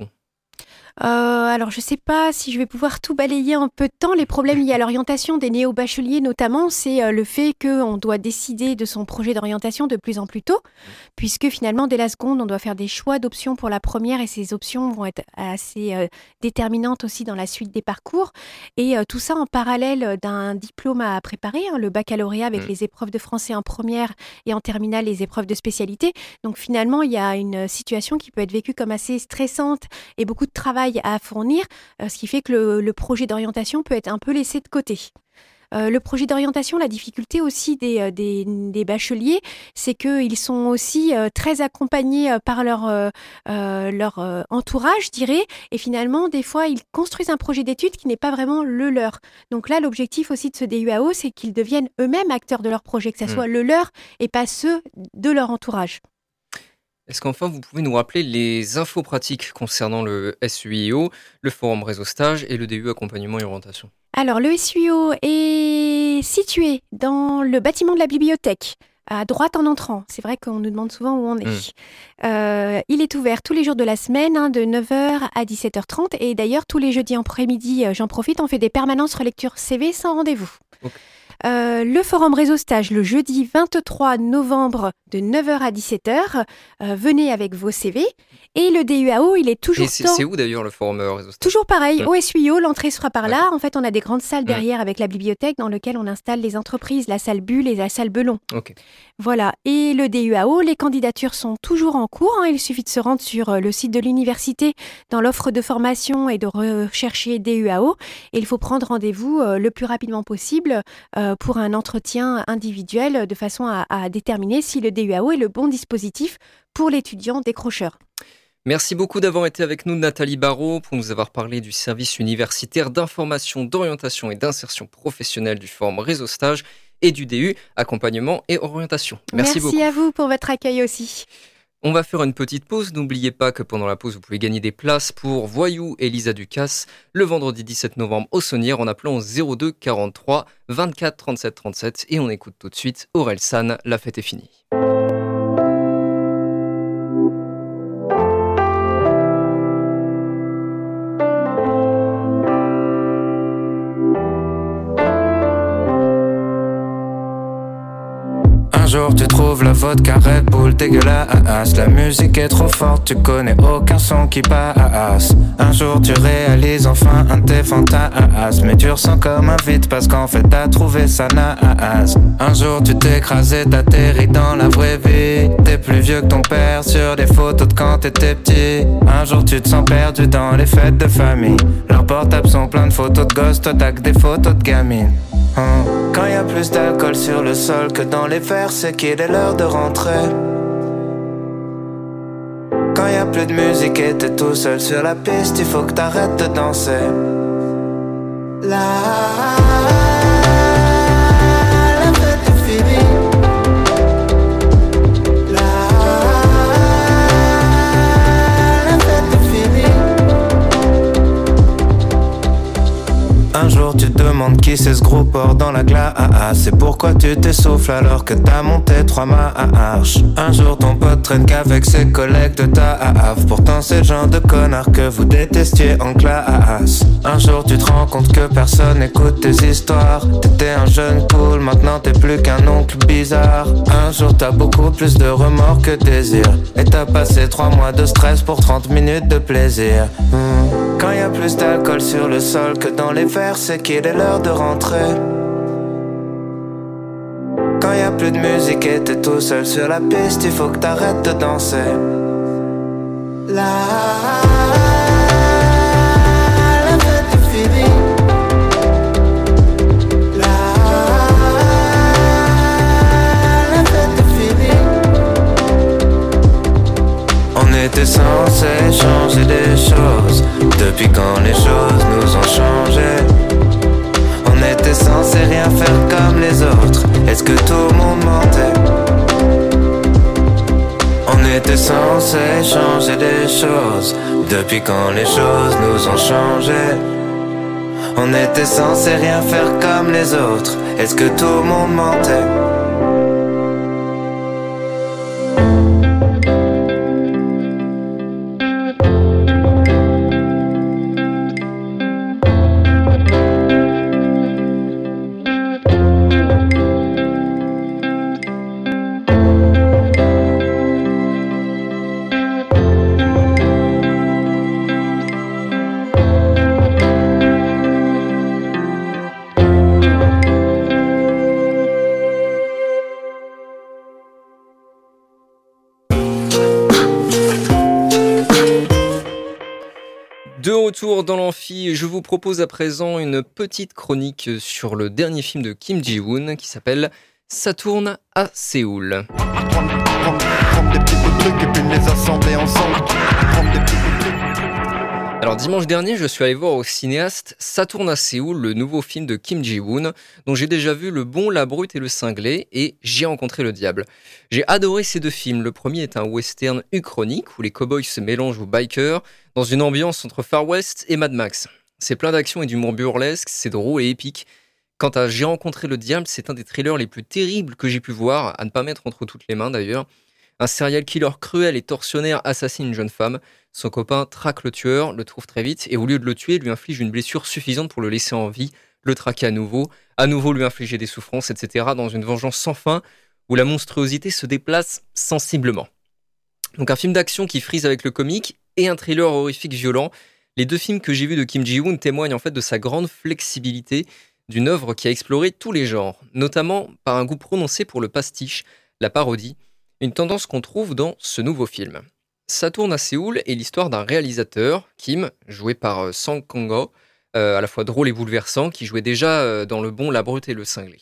F: Alors, je ne sais pas si je vais pouvoir tout balayer en peu de temps. Les problèmes liés à l'orientation des néo-bacheliers, notamment, c'est le fait qu'on doit décider de son projet d'orientation de plus en plus tôt, puisque finalement, dès la seconde, on doit faire des choix d'options pour la première et ces options vont être assez déterminantes aussi dans la suite des parcours. Et tout ça en parallèle d'un diplôme à préparer, le baccalauréat avec les épreuves de français en première et en terminale, les épreuves de spécialité. Donc finalement, il y a une situation qui peut être vécue comme assez stressante et beaucoup de travail à fournir, ce qui fait que le projet d'orientation peut être un peu laissé de côté. Le projet d'orientation, la difficulté aussi des bacheliers, c'est qu'ils sont aussi très accompagnés par leur entourage, je dirais, et finalement, des fois, ils construisent un projet d'études qui n'est pas vraiment le leur. Donc là, l'objectif aussi de ce DUAO, c'est qu'ils deviennent eux-mêmes acteurs de leur projet, que ça soit le leur et pas ceux de leur entourage.
C: Est-ce qu'enfin vous pouvez nous rappeler les infos pratiques concernant le SUIO, le forum réseau stage et le DU accompagnement et orientation ? Alors
F: le SUIO est situé dans le bâtiment de la bibliothèque, à droite en entrant. C'est vrai qu'on nous demande souvent où on est. Il est ouvert tous les jours de la semaine, de 9h à 17h30. Et d'ailleurs, tous les jeudis après-midi, j'en profite, on fait des permanences relecture CV sans rendez-vous. Okay. Le forum réseau stage le jeudi 23 novembre de 9h à 17h. Venez avec vos CV. Et le DUAO, il est toujours...
C: C'est où d'ailleurs le forum réseau stage ?
F: Toujours pareil, au SUIO, l'entrée sera par là. En fait, on a des grandes salles derrière avec la bibliothèque dans lesquelles on installe les entreprises, la salle Bulle et la salle Belon.
C: Okay.
F: Voilà. Et le DUAO, les candidatures sont toujours en cours. Il suffit de se rendre sur le site de l'université dans l'offre de formation et de rechercher DUAO. Et il faut prendre rendez-vous le plus rapidement possible pour un entretien individuel de façon à déterminer si le DUAO est le bon dispositif pour l'étudiant décrocheur.
C: Merci beaucoup d'avoir été avec nous, Nathalie Barraud, pour nous avoir parlé du service universitaire d'information, d'orientation et d'insertion professionnelle du forum réseau stage et du DU accompagnement et orientation. Merci beaucoup.
F: Merci à vous pour votre accueil aussi.
C: On va faire une petite pause. N'oubliez pas que pendant la pause, vous pouvez gagner des places pour Voyou et Lisa Ducasse le vendredi 17 novembre au Saunière en appelant au 02 43 24 37 37. Et on écoute tout de suite Aurel San, La fête est finie.
G: Un jour tu trouves la vodka Red Bull dégueulasse. La musique est trop forte, tu connais aucun son qui passe. Un jour tu réalises enfin un de tes fantasmes, mais tu ressens comme un vide parce qu'en fait t'as trouvé ça naze. Un jour tu t'écrases et t'atterris dans la vraie vie. T'es plus vieux que ton père sur des photos de quand t'étais petit. Un jour tu te sens perdu dans les fêtes de famille. Leurs portables sont pleins de photos de gosses, toi t'as que des photos de gamines. Quand y a plus d'alcool sur le sol que dans les verres, c'est qu'il est l'heure de rentrer. Quand y a plus de musique et t'es tout seul sur la piste, il faut que t'arrêtes de danser. La fête est finie. La fête est finie. Un jour jour tu te demandes qui c'est ce gros porc dans la glace. C'est pourquoi tu t'essouffles alors que t'as monté 3 marches. Un jour ton pote traîne qu'avec ses collègues de taf. Pourtant c'est le genre de connard que vous détestiez en classe. Un jour tu te rends compte que personne écoute tes histoires. T'étais un jeune cool, maintenant t'es plus qu'un oncle bizarre. Un jour t'as beaucoup plus de remords que désir. Et t'as passé 3 mois de stress pour 30 minutes de plaisir. Quand y a plus d'alcool sur le sol que dans les verres, c'est qu'il est l'heure de rentrer. Quand y a plus de musique et t'es tout seul sur la piste, il faut que t'arrêtes de danser. La fête est finie. La fête est finie. On était censé changer des choses. Depuis quand les choses nous ont changé? On était censé rien faire comme les autres. Est-ce que tout le monde mentait? On était censé changer des choses. Depuis quand les choses nous ont changé? On était censé rien faire comme les autres. Est-ce que tout le monde mentait?
C: De retour dans l'amphi, je vous propose à présent une petite chronique sur le dernier film de Kim Ji-woon qui s'appelle Saturne à Séoul. Alors dimanche dernier, je suis allé voir au cinéaste Saturne à Séoul, le nouveau film de Kim Ji-woon, dont j'ai déjà vu Le Bon, la Brute et le Cinglé, et J'ai rencontré le diable. J'ai adoré ces deux films. Le premier est un western uchronique, où les cowboys se mélangent aux bikers, dans une ambiance entre Far West et Mad Max. C'est plein d'action et d'humour burlesque, c'est drôle et épique. Quant à J'ai rencontré le diable, c'est un des thrillers les plus terribles que j'ai pu voir, à ne pas mettre entre toutes les mains d'ailleurs. Un serial killer cruel et tortionnaire assassine une jeune femme. Son copain traque le tueur, le trouve très vite et au lieu de le tuer, lui inflige une blessure suffisante pour le laisser en vie, le traquer à nouveau lui infliger des souffrances, etc. dans une vengeance sans fin où la monstruosité se déplace sensiblement. Donc un film d'action qui frise avec le comique et un thriller horrifique violent. Les deux films que j'ai vus de Kim Ji-woon témoignent en fait de sa grande flexibilité, d'une œuvre qui a exploré tous les genres, notamment par un goût prononcé pour le pastiche, la parodie, une tendance qu'on trouve dans ce nouveau film. Saturne à Séoul est l'histoire d'un réalisateur, Kim, joué par Song Kang-ho, à la fois drôle et bouleversant, qui jouait déjà dans Le Bon, la Brute et le Cinglé,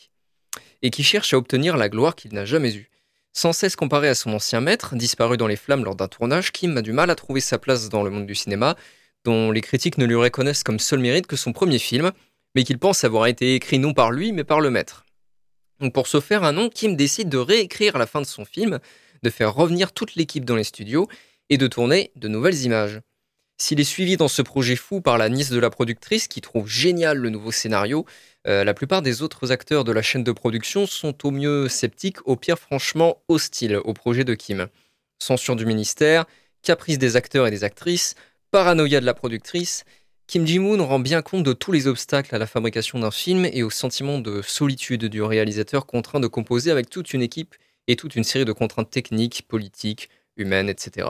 C: et qui cherche à obtenir la gloire qu'il n'a jamais eue. Sans cesse comparé à son ancien maître, disparu dans les flammes lors d'un tournage, Kim a du mal à trouver sa place dans le monde du cinéma, dont les critiques ne lui reconnaissent comme seul mérite que son premier film, mais qu'il pense avoir été écrit non par lui, mais par le maître. Donc pour se faire un nom, Kim décide de réécrire la fin de son film, de faire revenir toute l'équipe dans les studios et de tourner de nouvelles images. S'il est suivi dans ce projet fou par la nièce de la productrice qui trouve génial le nouveau scénario, la plupart des autres acteurs de la chaîne de production sont au mieux sceptiques, au pire franchement hostiles au projet de Kim. Censure du ministère, caprice des acteurs et des actrices, paranoïa de la productrice, Kim Ji-woon rend bien compte de tous les obstacles à la fabrication d'un film et au sentiment de solitude du réalisateur contraint de composer avec toute une équipe et toute une série de contraintes techniques, politiques, humaines, etc.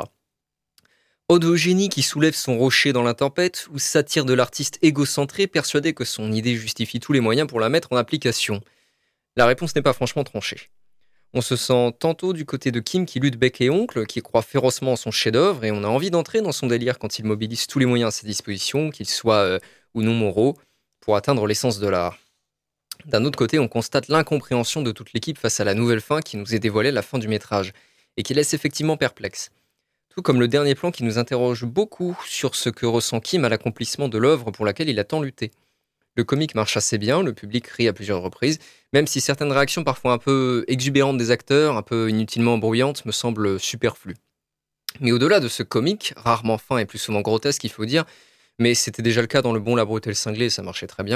C: Ode au génie qui soulève son rocher dans la tempête ou satire de l'artiste égocentré persuadé que son idée justifie tous les moyens pour la mettre en application? La réponse n'est pas franchement tranchée. On se sent tantôt du côté de Kim qui lutte bec et oncle, qui croit férocement en son chef-d'œuvre, et on a envie d'entrer dans son délire quand il mobilise tous les moyens à ses dispositions, qu'ils soient ou non moraux, pour atteindre l'essence de l'art. D'un autre côté, on constate l'incompréhension de toute l'équipe face à la nouvelle fin qui nous est dévoilée à la fin du métrage, et qui laisse effectivement perplexe. Tout comme le dernier plan qui nous interroge beaucoup sur ce que ressent Kim à l'accomplissement de l'œuvre pour laquelle il a tant lutté. Le comique marche assez bien, le public rit à plusieurs reprises, même si certaines réactions parfois un peu exubérantes des acteurs, un peu inutilement embrouillantes, me semblent superflues. Mais au-delà de ce comique, rarement fin et plus souvent grotesque il faut dire, mais c'était déjà le cas dans Le Bon, la Brute et le Cinglé et ça marchait très bien,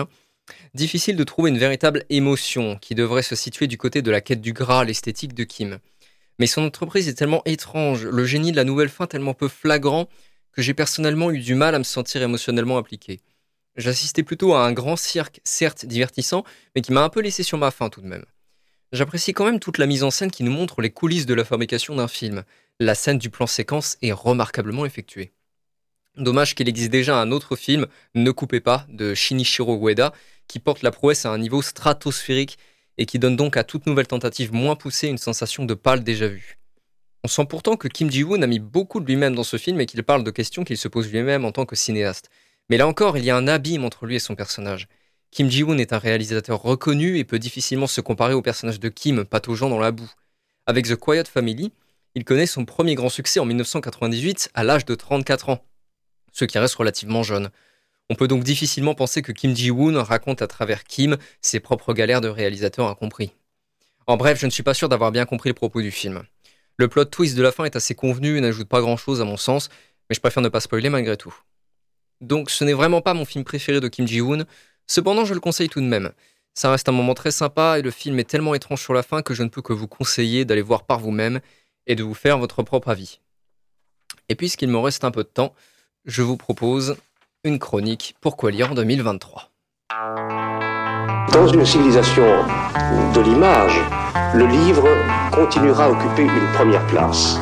C: Difficile de trouver une véritable émotion qui devrait se situer du côté de la quête du Graal esthétique de Kim. Mais son entreprise est tellement étrange, le génie de la nouvelle fin tellement peu flagrant, que j'ai personnellement eu du mal à me sentir émotionnellement impliqué. J'assistais plutôt à un grand cirque, certes divertissant, mais qui m'a un peu laissé sur ma faim tout de même. J'apprécie quand même toute la mise en scène qui nous montre les coulisses de la fabrication d'un film. La scène du plan séquence est remarquablement effectuée. Dommage qu'il existe déjà un autre film, Ne coupez pas, de Shinichiro Ueda, qui porte la prouesse à un niveau stratosphérique et qui donne donc à toute nouvelle tentative moins poussée une sensation de pâle déjà vue. On sent pourtant que Kim Ji-woon a mis beaucoup de lui-même dans ce film et qu'il parle de questions qu'il se pose lui-même en tant que cinéaste. Mais là encore, il y a un abîme entre lui et son personnage. Kim Ji-woon est un réalisateur reconnu et peut difficilement se comparer au personnage de Kim, pataugeant dans la boue. Avec The Quiet Family, il connaît son premier grand succès en 1998 à l'âge de 34 ans, ce qui reste relativement jeune. On peut donc difficilement penser que Kim Ji-woon raconte à travers Kim ses propres galères de réalisateur incompris. En bref, je ne suis pas sûr d'avoir bien compris le propos du film. Le plot twist de la fin est assez convenu et n'ajoute pas grand-chose à mon sens, mais je préfère ne pas spoiler malgré tout. Donc ce n'est vraiment pas mon film préféré de Kim Ji-woon, cependant je le conseille tout de même. Ça reste un moment très sympa et le film est tellement étrange sur la fin que je ne peux que vous conseiller d'aller voir par vous-même et de vous faire votre propre avis. Et puisqu'il me reste un peu de temps, je vous propose une chronique Pourquoi lire en 2023.
H: Dans une civilisation de l'image, le livre continuera à occuper une première place.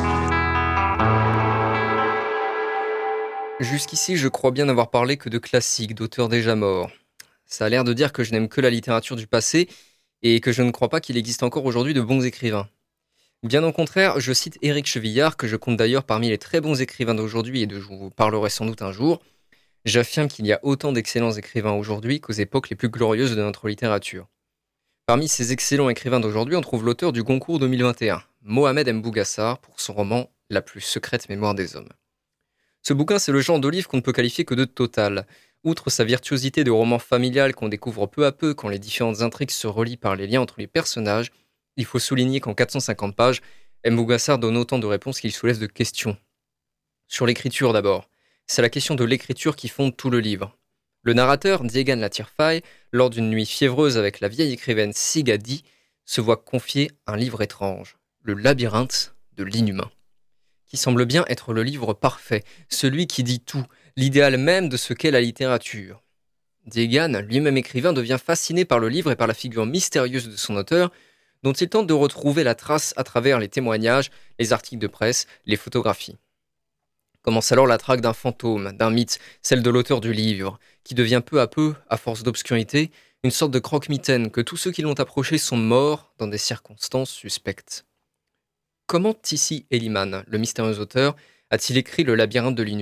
C: Jusqu'ici, je crois bien n'avoir parlé que de classiques, d'auteurs déjà morts. Ça a l'air de dire que je n'aime que la littérature du passé et que je ne crois pas qu'il existe encore aujourd'hui de bons écrivains. Bien au contraire, je cite Éric Chevillard, que je compte d'ailleurs parmi les très bons écrivains d'aujourd'hui et dont je vous parlerai sans doute un jour. J'affirme qu'il y a autant d'excellents écrivains aujourd'hui qu'aux époques les plus glorieuses de notre littérature. Parmi ces excellents écrivains d'aujourd'hui, on trouve l'auteur du Goncourt 2021, Mohamed M. Bougassar, pour son roman « La plus secrète mémoire des hommes ». Ce bouquin, c'est le genre de livre qu'on ne peut qualifier que de total. Outre sa virtuosité de roman familial qu'on découvre peu à peu quand les différentes intrigues se relient par les liens entre les personnages, il faut souligner qu'en 450 pages, M. Bougassar donne autant de réponses qu'il soulève de questions. Sur l'écriture d'abord. C'est la question de l'écriture qui fonde tout le livre. Le narrateur, Diegan Latirfai, lors d'une nuit fiévreuse avec la vieille écrivaine Sigadi, se voit confier un livre étrange, le labyrinthe de l'inhumain, qui semble bien être le livre parfait, celui qui dit tout, l'idéal même de ce qu'est la littérature. Diegan, lui-même écrivain, devient fasciné par le livre et par la figure mystérieuse de son auteur, dont il tente de retrouver la trace à travers les témoignages, les articles de presse, les photographies. Commence alors la traque d'un fantôme, d'un mythe, celle de l'auteur du livre, qui devient peu à peu, à force d'obscurité, une sorte de croque-mitaine que tous ceux qui l'ont approché sont morts dans des circonstances suspectes. Comment Tissi Eliman, le mystérieux auteur, a-t-il écrit le labyrinthe de l'inhumain ?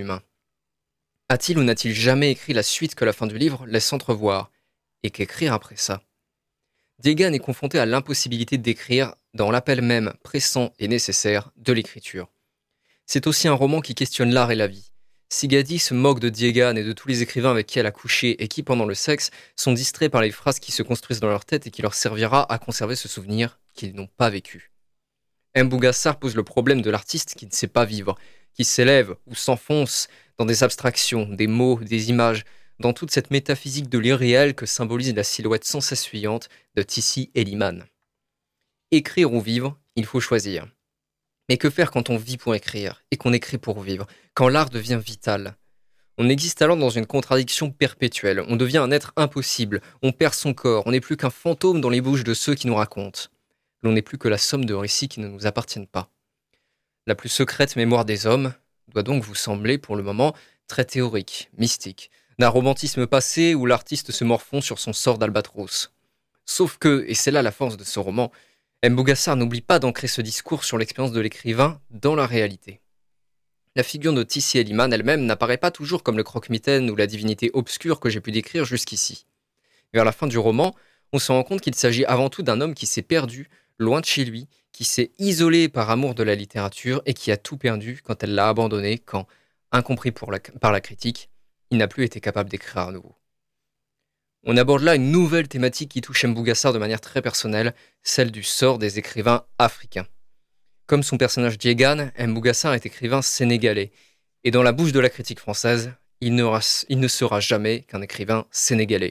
C: A-t-il ou n'a-t-il jamais écrit la suite que la fin du livre laisse entrevoir ? Et qu'écrire après ça ? Diegan est confronté à l'impossibilité d'écrire dans l'appel même pressant et nécessaire de l'écriture. C'est aussi un roman qui questionne l'art et la vie. Sigadi se moque de Diegan et de tous les écrivains avec qui elle a couché et qui, pendant le sexe, sont distraits par les phrases qui se construisent dans leur tête et qui leur servira à conserver ce souvenir qu'ils n'ont pas vécu. M. Bougassar pose le problème de l'artiste qui ne sait pas vivre, qui s'élève ou s'enfonce dans des abstractions, des mots, des images, dans toute cette métaphysique de l'irréel que symbolise la silhouette sans cesse fuyante de Tissi Eliman. Écrire ou vivre, il faut choisir. Mais que faire quand on vit pour écrire et qu'on écrit pour vivre, quand l'art devient vital ? On existe alors dans une contradiction perpétuelle, on devient un être impossible, on perd son corps, on n'est plus qu'un fantôme dans les bouches de ceux qui nous racontent. L'on n'est plus que la somme de récits qui ne nous appartiennent pas. La plus secrète mémoire des hommes doit donc vous sembler, pour le moment, très théorique, mystique, d'un romantisme passé où l'artiste se morfond sur son sort d'albatros. Sauf que, et c'est là la force de ce roman, M. Bougassar n'oublie pas d'ancrer ce discours sur l'expérience de l'écrivain dans la réalité. La figure de Tissi Eliman elle-même n'apparaît pas toujours comme le croque-mitaine ou la divinité obscure que j'ai pu décrire jusqu'ici. Vers la fin du roman, on se rend compte qu'il s'agit avant tout d'un homme qui s'est perdu, loin de chez lui, qui s'est isolé par amour de la littérature et qui a tout perdu quand elle l'a abandonné, quand, incompris par la critique, il n'a plus été capable d'écrire à nouveau. On aborde là une nouvelle thématique qui touche M. Bougassar de manière très personnelle, celle du sort des écrivains africains. Comme son personnage Diegan, M. Bougassar est écrivain sénégalais, et dans la bouche de la critique française, il ne sera jamais qu'un écrivain sénégalais.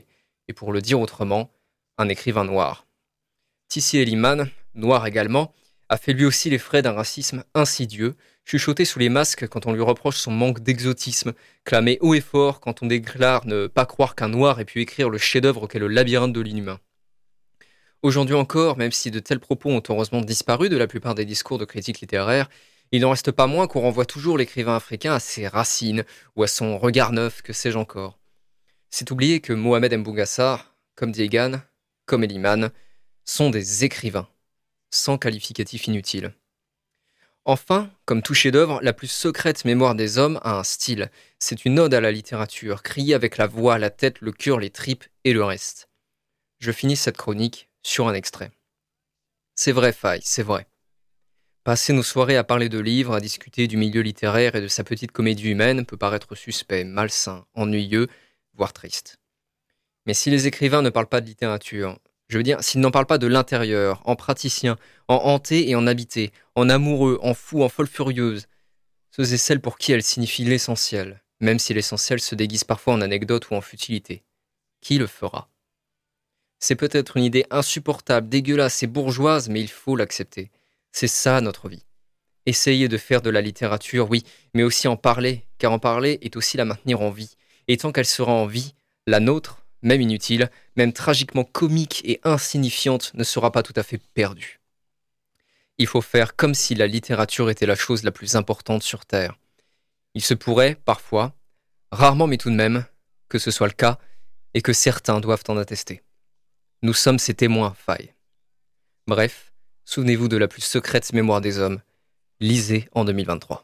C: et pour le dire autrement, un écrivain noir. Tissi Elliman, noir également, a fait lui aussi les frais d'un racisme insidieux, chuchoté sous les masques quand on lui reproche son manque d'exotisme, clamé haut et fort quand on déclare ne pas croire qu'un noir ait pu écrire le chef-d'œuvre qu'est le labyrinthe de l'inhumain. Aujourd'hui encore, même si de tels propos ont heureusement disparu de la plupart des discours de critiques littéraires, il n'en reste pas moins qu'on renvoie toujours l'écrivain africain à ses racines ou à son regard neuf, que sais-je encore. C'est oublier que Mohamed Mbougassar, comme Diegan, comme Elliman, sont des écrivains, sans qualificatif inutile. Enfin, comme tout chef-d'œuvre, la plus secrète mémoire des hommes a un style. C'est une ode à la littérature, criée avec la voix, la tête, le cœur, les tripes et le reste. Je finis cette chronique sur un extrait. C'est vrai, Faye, c'est vrai. Passer nos soirées à parler de livres, à discuter du milieu littéraire et de sa petite comédie humaine peut paraître suspect, malsain, ennuyeux, voire triste. Mais si les écrivains ne parlent pas de littérature, je veux dire, s'ils n'en parlent pas de l'intérieur, en praticien, en hanté et en habité, en amoureux, en fou, en folle furieuse, ceux et celles pour qui elle signifie l'essentiel, même si l'essentiel se déguise parfois en anecdote ou en futilité. Qui le fera ? C'est peut-être une idée insupportable, dégueulasse et bourgeoise, mais il faut l'accepter. C'est ça notre vie. Essayer de faire de la littérature, oui, mais aussi en parler, car en parler est aussi la maintenir en vie. Et tant qu'elle sera en vie, la nôtre, même inutile, même tragiquement comique et insignifiante, ne sera pas tout à fait perdue. Il faut faire comme si la littérature était la chose la plus importante sur Terre. Il se pourrait, parfois, rarement mais tout de même, que ce soit le cas, et que certains doivent en attester. Nous sommes ses témoins, Faye. Bref, souvenez-vous de la plus secrète mémoire des hommes. Lisez en 2023.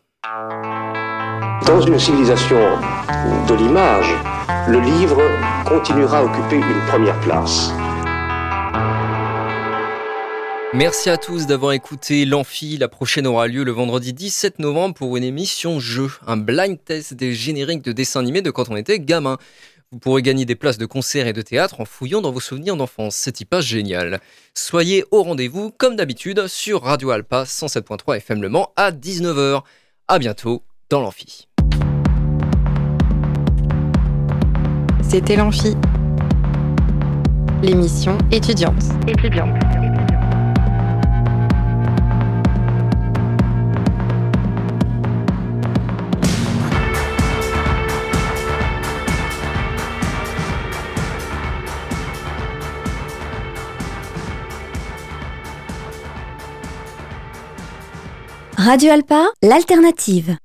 H: Dans une civilisation de l'image, le livre continuera à occuper une première place.
C: Merci à tous d'avoir écouté l'Amphi. La prochaine aura lieu le vendredi 17 novembre pour une émission jeu, un blind test des génériques de dessins animés de quand on était gamin. Vous pourrez gagner des places de concert et de théâtre en fouillant dans vos souvenirs d'enfance. C'est pas génial. Soyez au rendez-vous, comme d'habitude, sur Radio Alpa 107.3 FM Le Mans à 19h. À bientôt dans l'Amphi.
I: C'était l'Amphi, l'émission étudiante.
J: Radio Alpa, l'alternative.